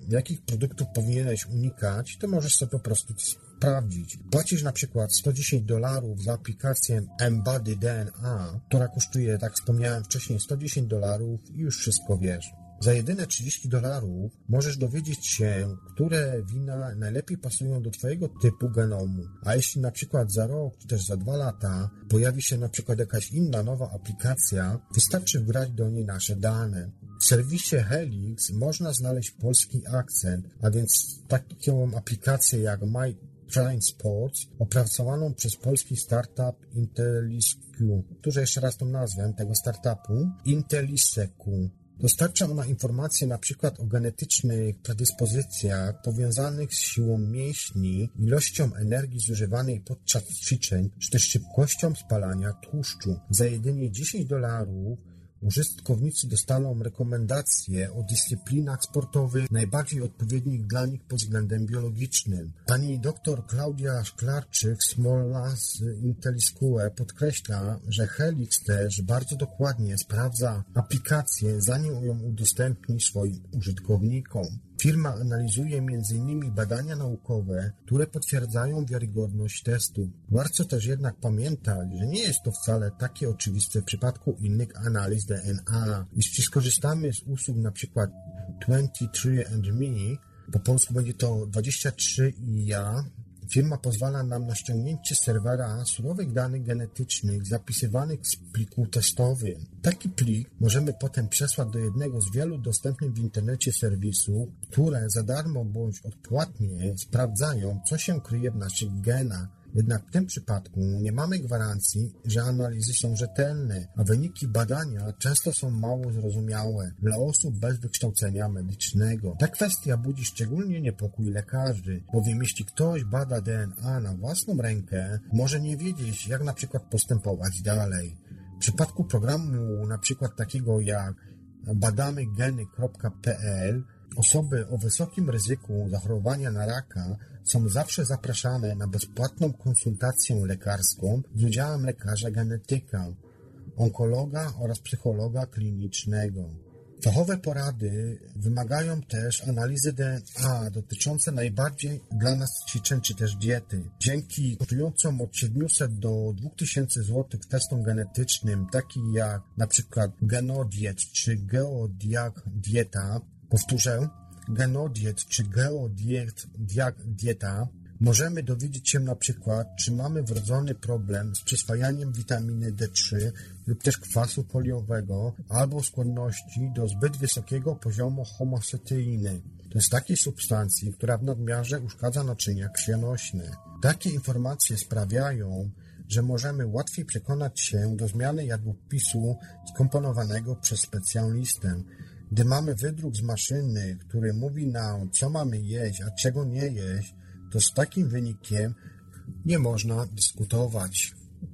jakich produktów powinieneś unikać, to możesz sobie po prostu sprawdzić. Płacisz na przykład sto dziesięć dolarów za aplikację Embody D N A, która kosztuje, tak wspomniałem wcześniej, sto dziesięć dolarów i już wszystko wiesz. Za jedyne trzydzieści dolarów możesz dowiedzieć się, które wina najlepiej pasują do twojego typu genomu. A jeśli na przykład za rok, czy też za dwa lata pojawi się na przykład jakaś inna nowa aplikacja, wystarczy wgrać do niej nasze dane. W serwisie Helix można znaleźć polski akcent, a więc taką aplikację jak My Train Sports, opracowaną przez polski startup Intellisecu. Powtórzę jeszcze raz tą nazwę tego startupu, Intellisecu. Dostarcza ona informacje na przykład o genetycznych predyspozycjach powiązanych z siłą mięśni, ilością energii zużywanej podczas ćwiczeń, czy też szybkością spalania tłuszczu. Za jedynie dziesięć dolarów użytkownicy dostaną rekomendacje o dyscyplinach sportowych najbardziej odpowiednich dla nich pod względem biologicznym. Pani dr Klaudia Szklarczyk-Smola z Intellisecu podkreśla, że Helix też bardzo dokładnie sprawdza aplikację, zanim ją udostępni swoim użytkownikom. Firma analizuje między innymi badania naukowe, które potwierdzają wiarygodność testów. Warto też jednak pamiętać, że nie jest to wcale takie oczywiste w przypadku innych analiz D N A. Jeśli skorzystamy z usług np. dwadzieścia trzy and me, po polsku będzie to dwadzieścia trzy i ja, firma pozwala nam na ściągnięcie z serwera surowych danych genetycznych zapisywanych w pliku testowym. Taki plik możemy potem przesłać do jednego z wielu dostępnych w internecie serwisów, które za darmo bądź odpłatnie sprawdzają, co się kryje w naszych genach. Jednak w tym przypadku nie mamy gwarancji, że analizy są rzetelne, a wyniki badania często są mało zrozumiałe dla osób bez wykształcenia medycznego. Ta kwestia budzi szczególnie niepokój lekarzy, bowiem jeśli ktoś bada D N A na własną rękę, może nie wiedzieć, jak na przykład postępować dalej. W przypadku programu na przykład takiego jak badamy geny kropka p l osoby o wysokim ryzyku zachorowania na raka są zawsze zapraszane na bezpłatną konsultację lekarską z udziałem lekarza genetyka, onkologa oraz psychologa klinicznego. Fachowe porady wymagają też analizy D N A dotyczące najbardziej dla nas ćwiczeń czy też diety. Dzięki kosztującym od siedmiuset do dwóch tysięcy złotych testom genetycznym, takich jak na przykład Genodiet czy Geodiag Dieta, powtórzę, Genodiet czy Geodiet Dieta, możemy dowiedzieć się na przykład, czy mamy wrodzony problem z przyswajaniem witaminy D trzy lub też kwasu foliowego albo skłonności do zbyt wysokiego poziomu homocysteiny. To jest takiej substancji, która w nadmiarze uszkadza naczynia krwionośne. Takie informacje sprawiają, że możemy łatwiej przekonać się do zmiany jadłospisu skomponowanego przez specjalistę. Gdy mamy wydruk z maszyny, który mówi nam, co mamy jeść, a czego nie jeść, to z takim wynikiem nie można dyskutować.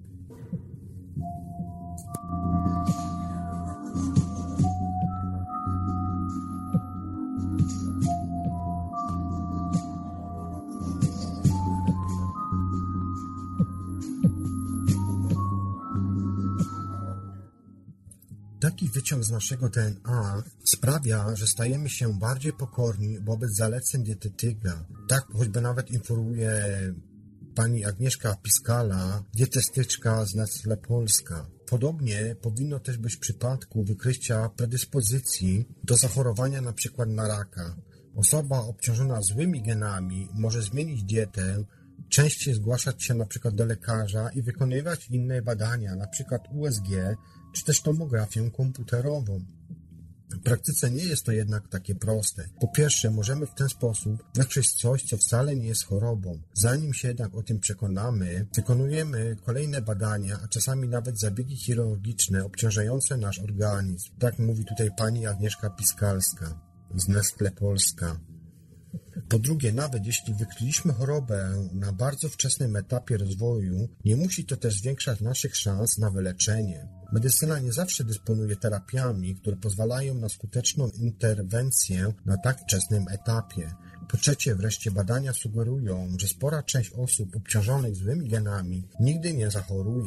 Taki wyciąg z naszego D N A sprawia, że stajemy się bardziej pokorni wobec zaleceń dietetyka. Tak choćby nawet informuje pani Agnieszka Piskala, dietystyczka z Nestle Polska. Podobnie powinno też być w przypadku wykrycia predyspozycji do zachorowania np. na raka. Osoba obciążona złymi genami może zmienić dietę, częściej zgłaszać się np. do lekarza i wykonywać inne badania, np. U S G, czy też tomografię komputerową. W praktyce nie jest to jednak takie proste. Po pierwsze, możemy w ten sposób wykryć coś, co wcale nie jest chorobą. Zanim się jednak o tym przekonamy, wykonujemy kolejne badania, a czasami nawet zabiegi chirurgiczne obciążające nasz organizm. Tak mówi tutaj pani Agnieszka Piskalska z Nestle Polska. Po drugie, nawet jeśli wykryliśmy chorobę na bardzo wczesnym etapie rozwoju, nie musi to też zwiększać naszych szans na wyleczenie. Medycyna nie zawsze dysponuje terapiami, które pozwalają na skuteczną interwencję na tak wczesnym etapie. Po trzecie, wreszcie badania sugerują, że spora część osób obciążonych złymi genami nigdy nie zachoruje,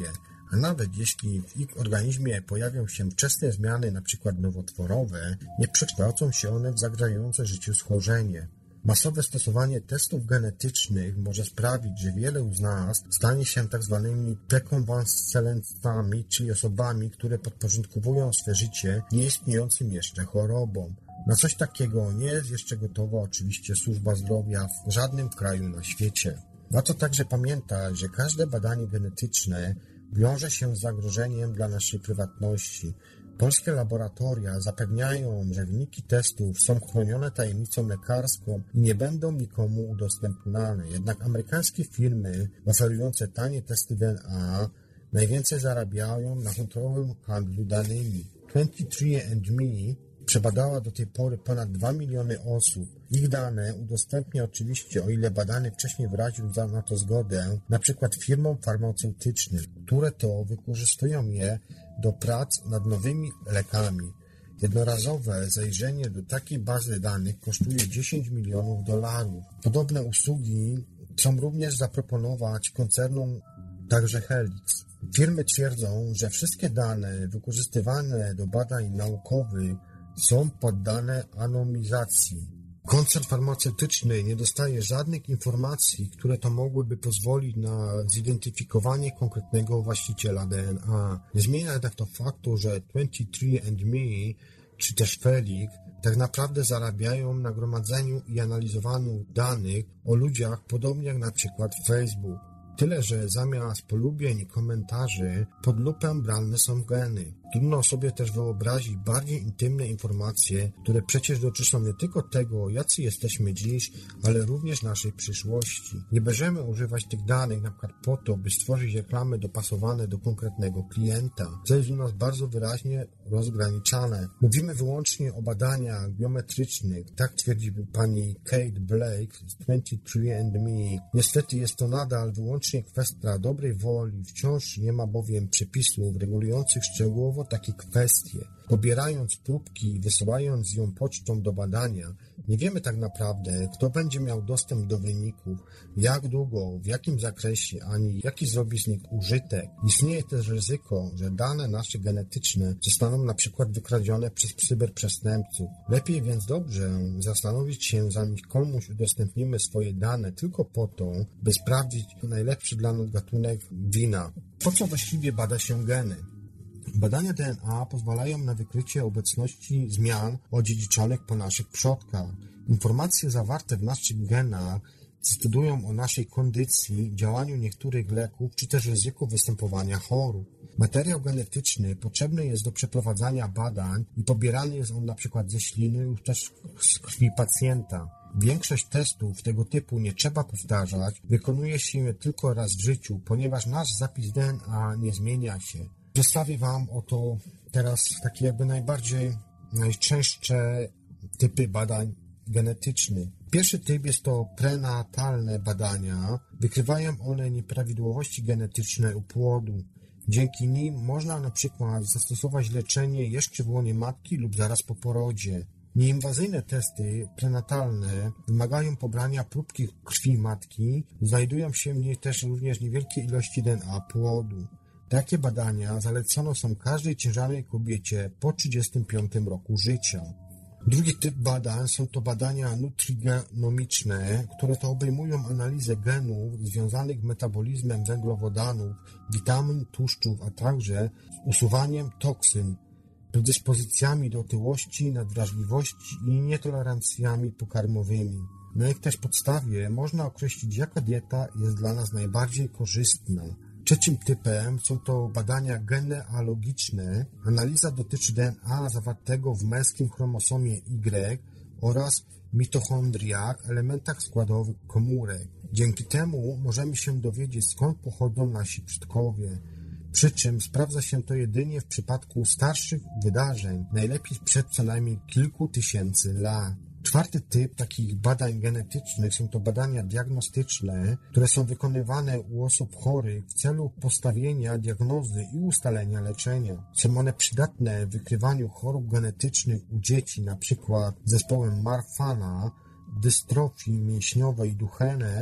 a nawet jeśli w ich organizmie pojawią się wczesne zmiany, np. nowotworowe, nie przekształcą się one w zagrażające życiu schorzenie. Masowe stosowanie testów genetycznych może sprawić, że wielu z nas stanie się tak zwanymi prekonwalescentami, czyli osobami, które podporządkowują swe życie nieistniejącym jeszcze chorobom. Na coś takiego nie jest jeszcze gotowa oczywiście służba zdrowia w żadnym kraju na świecie. Warto także pamiętać, że każde badanie genetyczne wiąże się z zagrożeniem dla naszej prywatności. Polskie laboratoria zapewniają, że wyniki testów są chronione tajemnicą lekarską i nie będą nikomu udostępniane. Jednak amerykańskie firmy oferujące tanie testy D N A najwięcej zarabiają na kontrolowym handlu danymi. dwadzieścia trzy and me przebadała do tej pory ponad dwa miliony osób. Ich dane udostępnia oczywiście, o ile badany wcześniej wyraził na to zgodę, na przykład firmom farmaceutycznym, które to wykorzystują je do prac nad nowymi lekami. Jednorazowe zajrzenie do takiej bazy danych kosztuje dziesięć milionów dolarów. Podobne usługi chcą również zaproponować koncernom także Helix. Firmy twierdzą, że wszystkie dane wykorzystywane do badań naukowych są poddane anonimizacji. Koncern farmaceutyczny nie dostaje żadnych informacji, które to mogłyby pozwolić na zidentyfikowanie konkretnego właściciela D N A. Nie zmienia jednak to faktu, że dwadzieścia trzy and me czy też Felix tak naprawdę zarabiają na gromadzeniu i analizowaniu danych o ludziach, podobnie jak na przykład Facebook. Tyle, że zamiast polubień i komentarzy pod lupę brane są geny. Trudno sobie też wyobrazić bardziej intymne informacje, które przecież dotyczą nie tylko tego, jacy jesteśmy dziś, ale również naszej przyszłości. Nie będziemy używać tych danych na przykład po to, by stworzyć reklamy dopasowane do konkretnego klienta, co jest u nas bardzo wyraźnie rozgraniczane. Mówimy wyłącznie o badaniach biometrycznych, tak twierdzi pani Kate Blake z dwadzieścia trzy and me. Niestety jest to nadal wyłącznie kwestia dobrej woli, wciąż nie ma bowiem przepisów regulujących szczegółowo takie kwestie. Pobierając próbki i wysyłając ją pocztą do badania, nie wiemy tak naprawdę, kto będzie miał dostęp do wyników, jak długo, w jakim zakresie, ani jaki zrobi z nich użytek. Istnieje też ryzyko, że dane nasze genetyczne zostaną na przykład wykradzione przez cyberprzestępców. Lepiej więc dobrze zastanowić się, zanim komuś udostępnimy swoje dane tylko po to, by sprawdzić najlepszy dla nas gatunek wina. Po co właściwie bada się geny? Badania D N A pozwalają na wykrycie obecności zmian odziedziczonych po naszych przodkach. Informacje zawarte w naszych genach decydują o naszej kondycji, działaniu niektórych leków, czy też ryzyku występowania chorób. Materiał genetyczny potrzebny jest do przeprowadzania badań i pobierany jest on na przykład ze śliny lub też z krwi pacjenta. Większość testów tego typu nie trzeba powtarzać, wykonuje się je tylko raz w życiu, ponieważ nasz zapis D N A nie zmienia się. Przedstawię Wam oto teraz takie jakby najbardziej, najczęstsze typy badań genetycznych. Pierwszy typ jest to prenatalne badania. Wykrywają one nieprawidłowości genetyczne u płodu. Dzięki nim można na przykład zastosować leczenie jeszcze w łonie matki lub zaraz po porodzie. Nieinwazyjne testy prenatalne wymagają pobrania próbki krwi matki. Znajdują się w niej też również niewielkie ilości D N A płodu. Takie badania zalecone są każdej ciężarnej kobiecie po trzydziestym piątym roku życia. Drugi typ badań są to badania nutrigenomiczne, które to obejmują analizę genów związanych z metabolizmem węglowodanów, witamin, tłuszczów, a także z usuwaniem toksyn, predyspozycjami do otyłości, nadwrażliwości i nietolerancjami pokarmowymi. Na ich też podstawie można określić, jaka dieta jest dla nas najbardziej korzystna. Trzecim typem są to badania genealogiczne. Analiza dotyczy D N A zawartego w męskim chromosomie Y oraz mitochondriach, elementach składowych komórek. Dzięki temu możemy się dowiedzieć, skąd pochodzą nasi przodkowie. Przy czym sprawdza się to jedynie w przypadku starszych wydarzeń, najlepiej przed co najmniej kilku tysięcy lat. Czwarty typ takich badań genetycznych są to badania diagnostyczne, które są wykonywane u osób chorych w celu postawienia diagnozy i ustalenia leczenia. Są one przydatne w wykrywaniu chorób genetycznych u dzieci, np. zespołem Marfana, dystrofii mięśniowej Duchenne,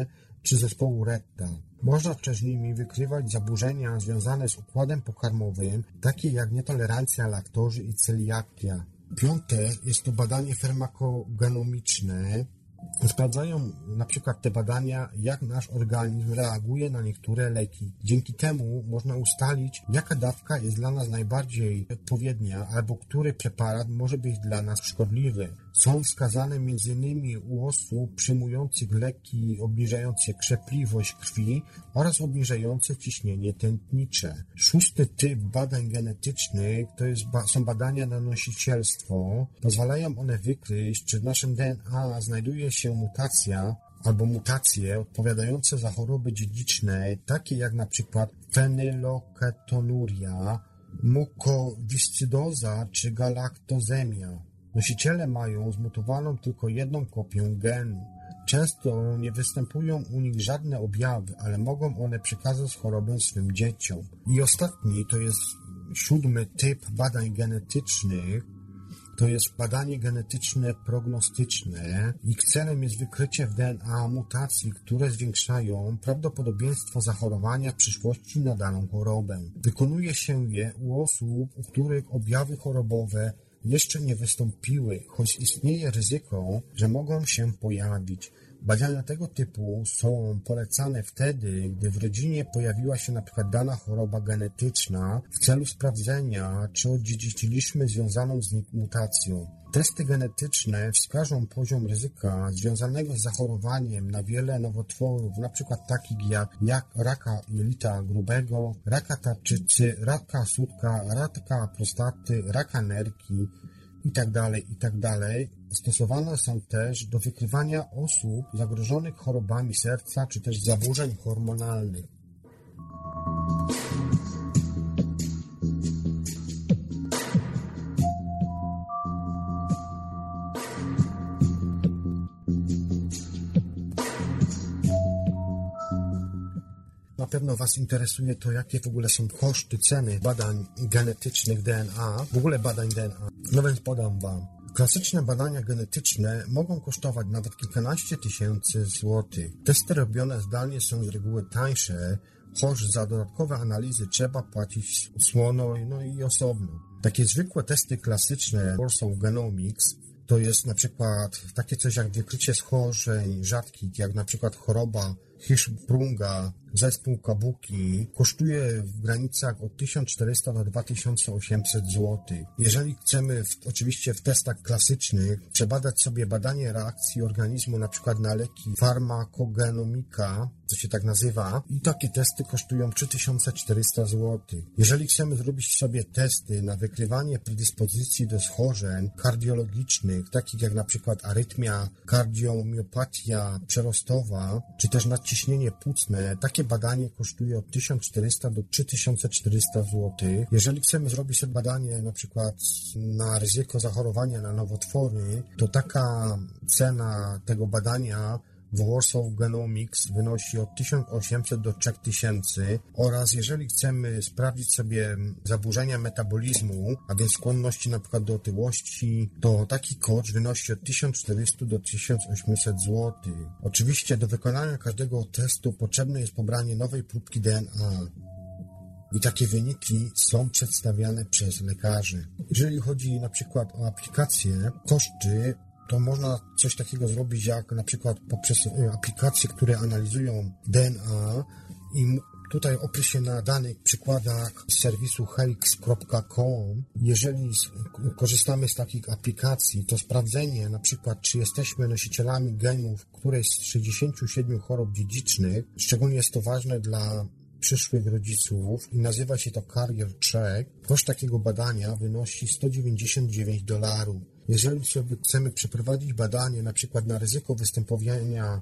czy zespołu Retta. Można też nimi wykrywać zaburzenia związane z układem pokarmowym, takie jak nietolerancja laktozy i celiakia. Piąte jest to badanie farmakogenomiczne. Sprawdzają na przykład te badania, jak nasz organizm reaguje na niektóre leki. Dzięki temu można ustalić, jaka dawka jest dla nas najbardziej odpowiednia, albo który preparat może być dla nas szkodliwy. Są wskazane między innymi u osób przyjmujących leki obniżające krzepliwość krwi oraz obniżające ciśnienie tętnicze. Szósty typ badań genetycznych to jest ba- są badania na nosicielstwo. Pozwalają one wykryć, czy w naszym D N A znajduje się mutacja albo mutacje odpowiadające za choroby dziedziczne, takie jak na przykład fenylketonuria, mukowiscydoza czy galaktozemia. Nosiciele mają zmutowaną tylko jedną kopię genu. Często nie występują u nich żadne objawy, ale mogą one przekazać chorobę swym dzieciom. I ostatni to jest siódmy typ badań genetycznych. To jest badanie genetyczne prognostyczne. Ich celem jest wykrycie w D N A mutacji, które zwiększają prawdopodobieństwo zachorowania w przyszłości na daną chorobę. Wykonuje się je u osób, u których objawy chorobowe jeszcze nie wystąpiły, choć istnieje ryzyko, że mogą się pojawić. Badania tego typu są polecane wtedy, gdy w rodzinie pojawiła się np. dana choroba genetyczna w celu sprawdzenia, czy odziedziczyliśmy związaną z nim mutacją. Testy genetyczne wskażą poziom ryzyka związanego z zachorowaniem na wiele nowotworów, np. takich jak, jak raka jelita grubego, raka tarczycy, raka sutka, raka prostaty, raka nerki itd., itd. Stosowane są też do wykrywania osób zagrożonych chorobami serca czy też zaburzeń hormonalnych. Na pewno Was interesuje to, jakie w ogóle są koszty, ceny badań genetycznych D N A, w ogóle badań D N A. No więc podam Wam. Klasyczne badania genetyczne mogą kosztować nawet kilkanaście tysięcy złotych. Testy robione zdalnie są z reguły tańsze, choć za dodatkowe analizy trzeba płacić słono no i osobno. Takie zwykłe testy klasyczne Warsaw Genomics to jest na przykład takie coś jak wykrycie schorzeń rzadkich, jak na przykład choroba Hirschsprunga, zespół Kabuki, kosztuje w granicach od tysiąc czterysta do dwa tysiące osiemset złotych. Jeżeli chcemy w, oczywiście w testach klasycznych przebadać sobie badanie reakcji organizmu na przykład na leki farmakogenomika, to się tak nazywa, i takie testy kosztują trzy tysiące czterysta złotych. Jeżeli chcemy zrobić sobie testy na wykrywanie predyspozycji do schorzeń kardiologicznych, takich jak na przykład arytmia, kardiomiopatia przerostowa, czy też nadciśnienie płucne, takie badanie kosztuje od tysiąc czterysta do trzy tysiące czterysta złotych. Jeżeli chcemy zrobić sobie badanie na przykład na ryzyko zachorowania na nowotwory, to taka cena tego badania w Warsaw Genomics wynosi od tysiąc osiemset do trzy tysiące oraz jeżeli chcemy sprawdzić sobie zaburzenia metabolizmu, a więc skłonności na przykład do otyłości, to taki koszt wynosi od tysiąc czterysta do tysiąc osiemset złotych. Oczywiście do wykonania każdego testu potrzebne jest pobranie nowej próbki D N A. I takie wyniki są przedstawiane przez lekarzy. Jeżeli chodzi na przykład o aplikacje, koszty, to można coś takiego zrobić jak na przykład poprzez aplikacje, które analizują D N A i tutaj oprę się na danych przykładach z serwisu helix kropka com. Jeżeli korzystamy z takich aplikacji, to sprawdzenie na przykład, czy jesteśmy nosicielami genów którejś z sześćdziesięciu siedmiu chorób dziedzicznych, szczególnie jest to ważne dla przyszłych rodziców i nazywa się to Carrier Check. Koszt takiego badania wynosi sto dziewięćdziesiąt dziewięć dolarów. Jeżeli sobie chcemy przeprowadzić badanie na przykład na ryzyko występowania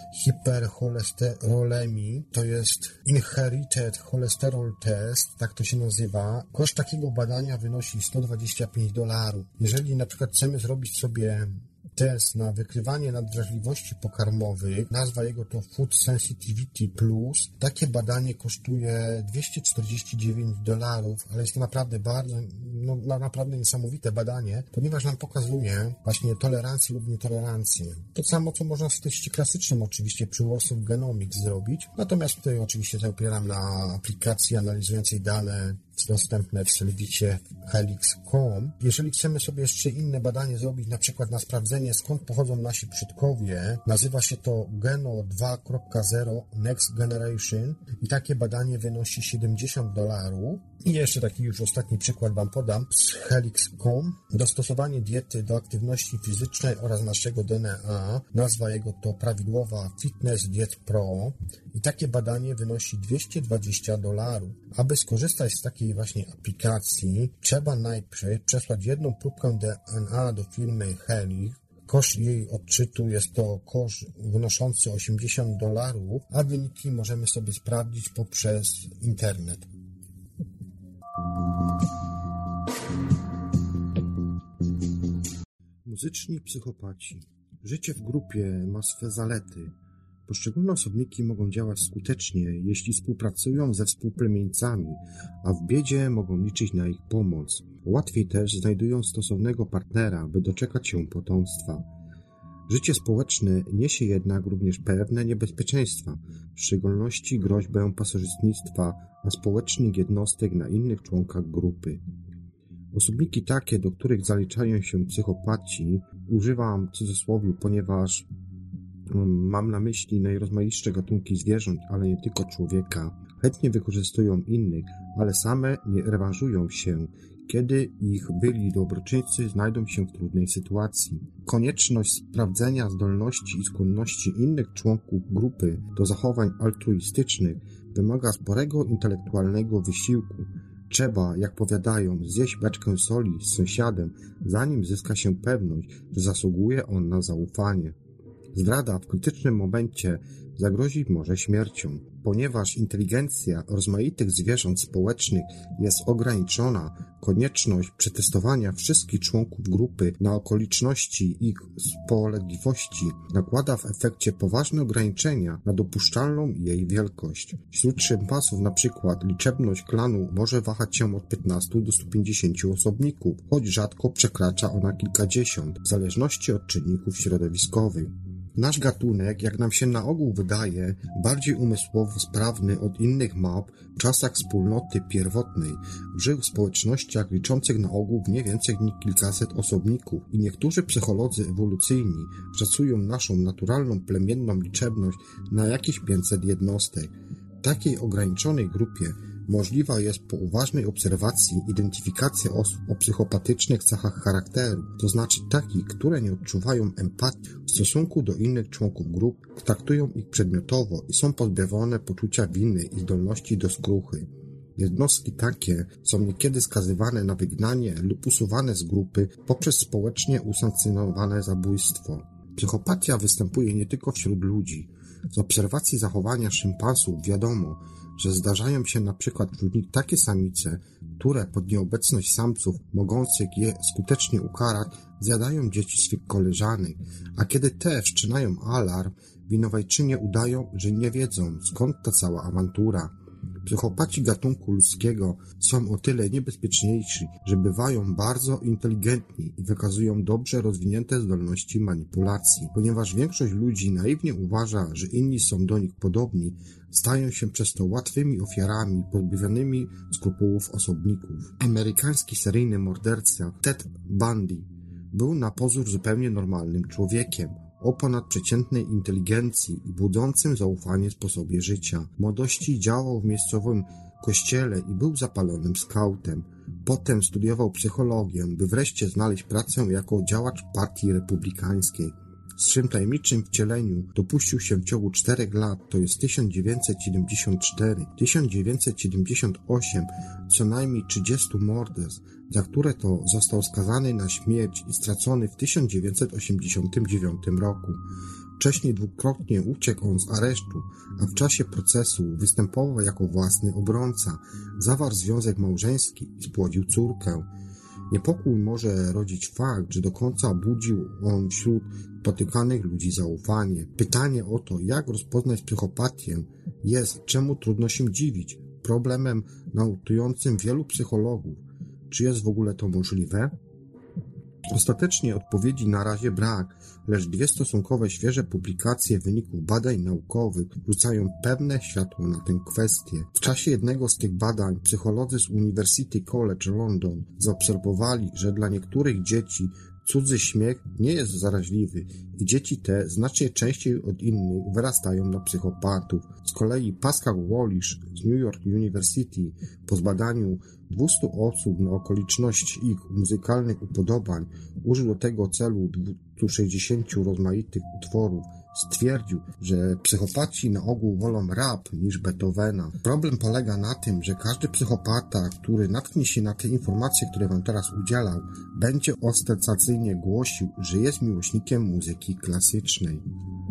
hipercholesterolemii, to jest Inherited Cholesterol Test, tak to się nazywa, koszt takiego badania wynosi sto dwadzieścia pięć dolarów. Jeżeli na przykład chcemy zrobić sobie test na wykrywanie nadwrażliwości pokarmowych. Nazwa jego to Food Sensitivity Plus. Takie badanie kosztuje dwieście czterdzieści dziewięć dolarów, ale jest to naprawdę bardzo, no naprawdę niesamowite badanie, ponieważ nam pokazuje właśnie tolerancję lub nietolerancję. To samo, co można w teście klasycznym oczywiście przy Warsaw Genomics zrobić, natomiast tutaj oczywiście się opieram na aplikacji analizującej dane dostępne w serwisie helix kropka com. Jeżeli chcemy sobie jeszcze inne badanie zrobić, na przykład na sprawdzenie, skąd pochodzą nasi przodkowie, nazywa się to Geno dwa zero Next Generation i takie badanie wynosi siedemdziesiąt dolarów. I jeszcze taki już ostatni przykład Wam podam z helix kropka com. Dostosowanie diety do aktywności fizycznej oraz naszego D N A. Nazwa jego to prawidłowa Fitness Diet Pro. I takie badanie wynosi dwieście dwadzieścia dolarów. Aby skorzystać z takiej właśnie aplikacji, trzeba najpierw przesłać jedną próbkę D N A do firmy Helix. Koszt jej odczytu jest to koszt wynoszący osiemdziesiąt dolarów, a wyniki możemy sobie sprawdzić poprzez internet. Muzyczni psychopaci. Życie w grupie ma swe zalety. Poszczególne osobniki mogą działać skutecznie, jeśli współpracują ze współplemieńcami, a w biedzie mogą liczyć na ich pomoc. Łatwiej też znajdują stosownego partnera, by doczekać się potomstwa. Życie społeczne niesie jednak również pewne niebezpieczeństwa, w szczególności groźbę pasożytnictwa, a społecznych jednostek na innych członkach grupy. Osobniki takie, do których zaliczają się psychopaci, używam cudzysłowiu, ponieważ mam na myśli najrozmaitsze gatunki zwierząt, ale nie tylko człowieka, chętnie wykorzystują innych, ale same nie rewanżują się, kiedy ich byli dobroczyńcy znajdą się w trudnej sytuacji. Konieczność sprawdzenia zdolności i skłonności innych członków grupy do zachowań altruistycznych wymaga sporego intelektualnego wysiłku. Trzeba, jak powiadają, zjeść beczkę soli z sąsiadem, zanim zyska się pewność, że zasługuje on na zaufanie. Zdrada w krytycznym momencie zagrozić może śmiercią. Ponieważ inteligencja rozmaitych zwierząt społecznych jest ograniczona, konieczność przetestowania wszystkich członków grupy na okoliczności ich spolegliwości nakłada w efekcie poważne ograniczenia na dopuszczalną jej wielkość. Wśród szympansów na przykład liczebność klanu może wahać się od piętnastu do stu pięćdziesięciu osobników, choć rzadko przekracza ona kilkadziesiąt, w zależności od czynników środowiskowych. Nasz gatunek, jak nam się na ogół wydaje, bardziej umysłowo sprawny od innych map w czasach wspólnoty pierwotnej, żył w społecznościach liczących na ogół nie więcej niż kilkaset osobników i niektórzy psycholodzy ewolucyjni szacują naszą naturalną plemienną liczebność na jakieś pięćset jednostek. W takiej ograniczonej grupie możliwa jest po uważnej obserwacji identyfikacja osób o psychopatycznych cechach charakteru, to znaczy takich, które nie odczuwają empatii w stosunku do innych członków grup, traktują ich przedmiotowo i są pozbawione poczucia winy i zdolności do skruchy. Jednostki takie są niekiedy skazywane na wygnanie lub usuwane z grupy poprzez społecznie usankcjonowane zabójstwo. Psychopatia występuje nie tylko wśród ludzi. Z obserwacji zachowania szympansów wiadomo, że zdarzają się na przykład wśród nich takie samice, które pod nieobecność samców mogących je skutecznie ukarać, zjadają dzieci swych koleżanek, a kiedy te wszczynają alarm, winowajczynie udają, że nie wiedzą, skąd ta cała awantura. Psychopaci gatunku ludzkiego są o tyle niebezpieczniejsi, że bywają bardzo inteligentni i wykazują dobrze rozwinięte zdolności manipulacji. Ponieważ większość ludzi naiwnie uważa, że inni są do nich podobni, stają się przez to łatwymi ofiarami pozbawionymi skrupułów osobników. Amerykański seryjny morderca Ted Bundy był na pozór zupełnie normalnym człowiekiem, o ponadprzeciętnej inteligencji i budzącym zaufanie sposobie życia. W młodości działał w miejscowym kościele i był zapalonym skautem. Potem studiował psychologię, by wreszcie znaleźć pracę jako działacz partii republikańskiej. W swym tajemniczym wcieleniu dopuścił się w ciągu czterech lat, to jest tysiąc dziewięćset siedemdziesiąt cztery do tysiąc dziewięćset siedemdziesiąt osiem, co najmniej trzydziestu morderstw, za które to został skazany na śmierć i stracony w tysiąc dziewięćset osiemdziesiątym dziewiątym roku. Wcześniej dwukrotnie uciekł on z aresztu, a w czasie procesu występował jako własny obrońca, zawarł związek małżeński i spłodził córkę. Niepokój może rodzić fakt, że do końca budził on wśród spotykanych ludzi zaufanie. Pytanie o to, jak rozpoznać psychopatię, jest, czemu trudno się dziwić, problemem nurtującym wielu psychologów. Czy jest w ogóle to możliwe? Ostatecznie odpowiedzi na razie brak, lecz dwie stosunkowo świeże publikacje wyników badań naukowych rzucają pewne światło na tę kwestię. W czasie jednego z tych badań psycholodzy z University College London zaobserwowali, że dla niektórych dzieci cudzy śmiech nie jest zaraźliwy i dzieci te znacznie częściej od innych wyrastają na psychopatów. Z kolei Pascal Wallisch z New York University po zbadaniu dwieście osób na okoliczność ich muzykalnych upodobań użył do tego celu dwieście sześćdziesiąt rozmaitych utworów. Stwierdził, że psychopaci na ogół wolą rap niż Beethovena. Problem polega na tym, że każdy psychopata, który natknie się na te informacje, które wam teraz udzielał, będzie ostentacyjnie głosił, że jest miłośnikiem muzyki klasycznej.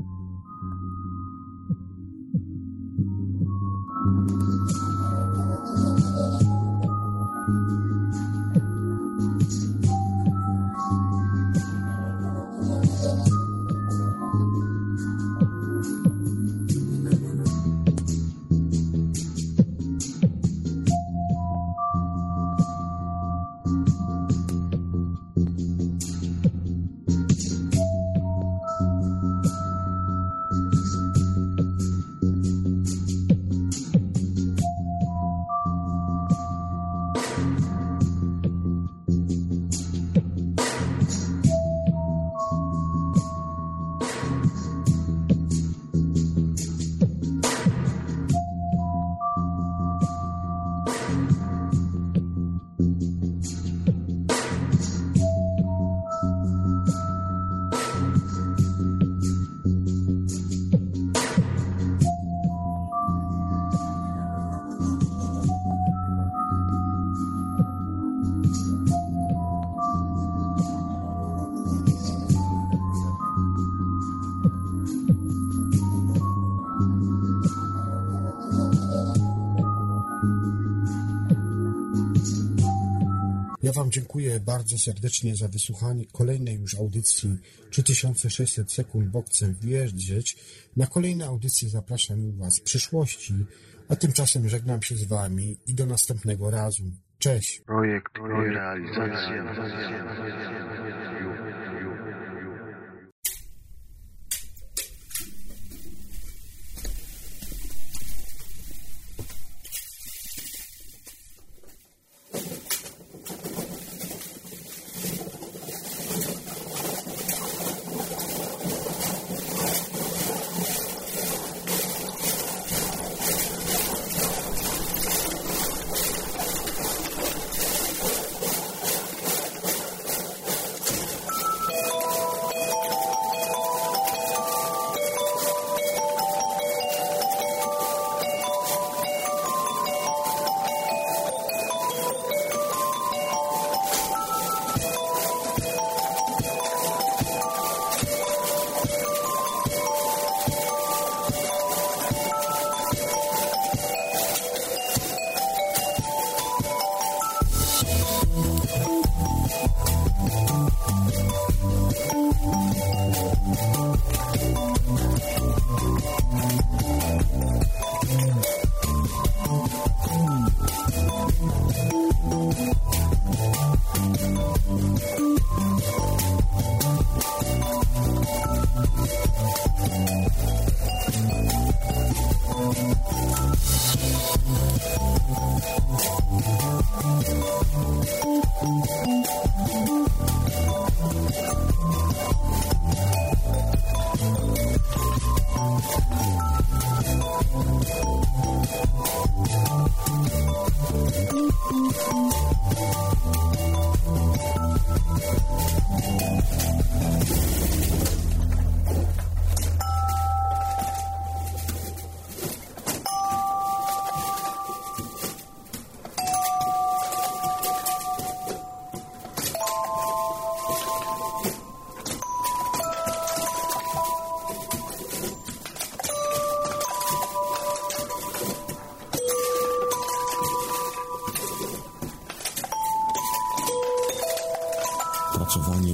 Ja Wam dziękuję bardzo serdecznie za wysłuchanie kolejnej już audycji trzy tysiące sześćset sekund, bo chcę wiedzieć. Na kolejne audycje zapraszam Was w przyszłości, a tymczasem żegnam się z Wami i do następnego razu. Cześć! Projekt i realizacja.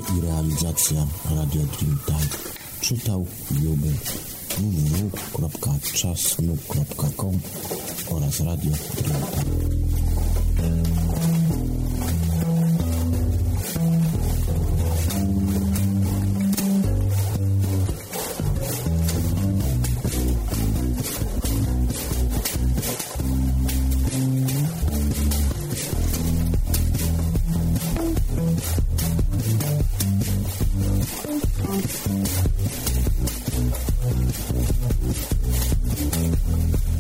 i realizacja Radio Dreamtime. Czytał Juby w w w kropka czasnu kropka com oraz Radio Dreamtime. Thank you.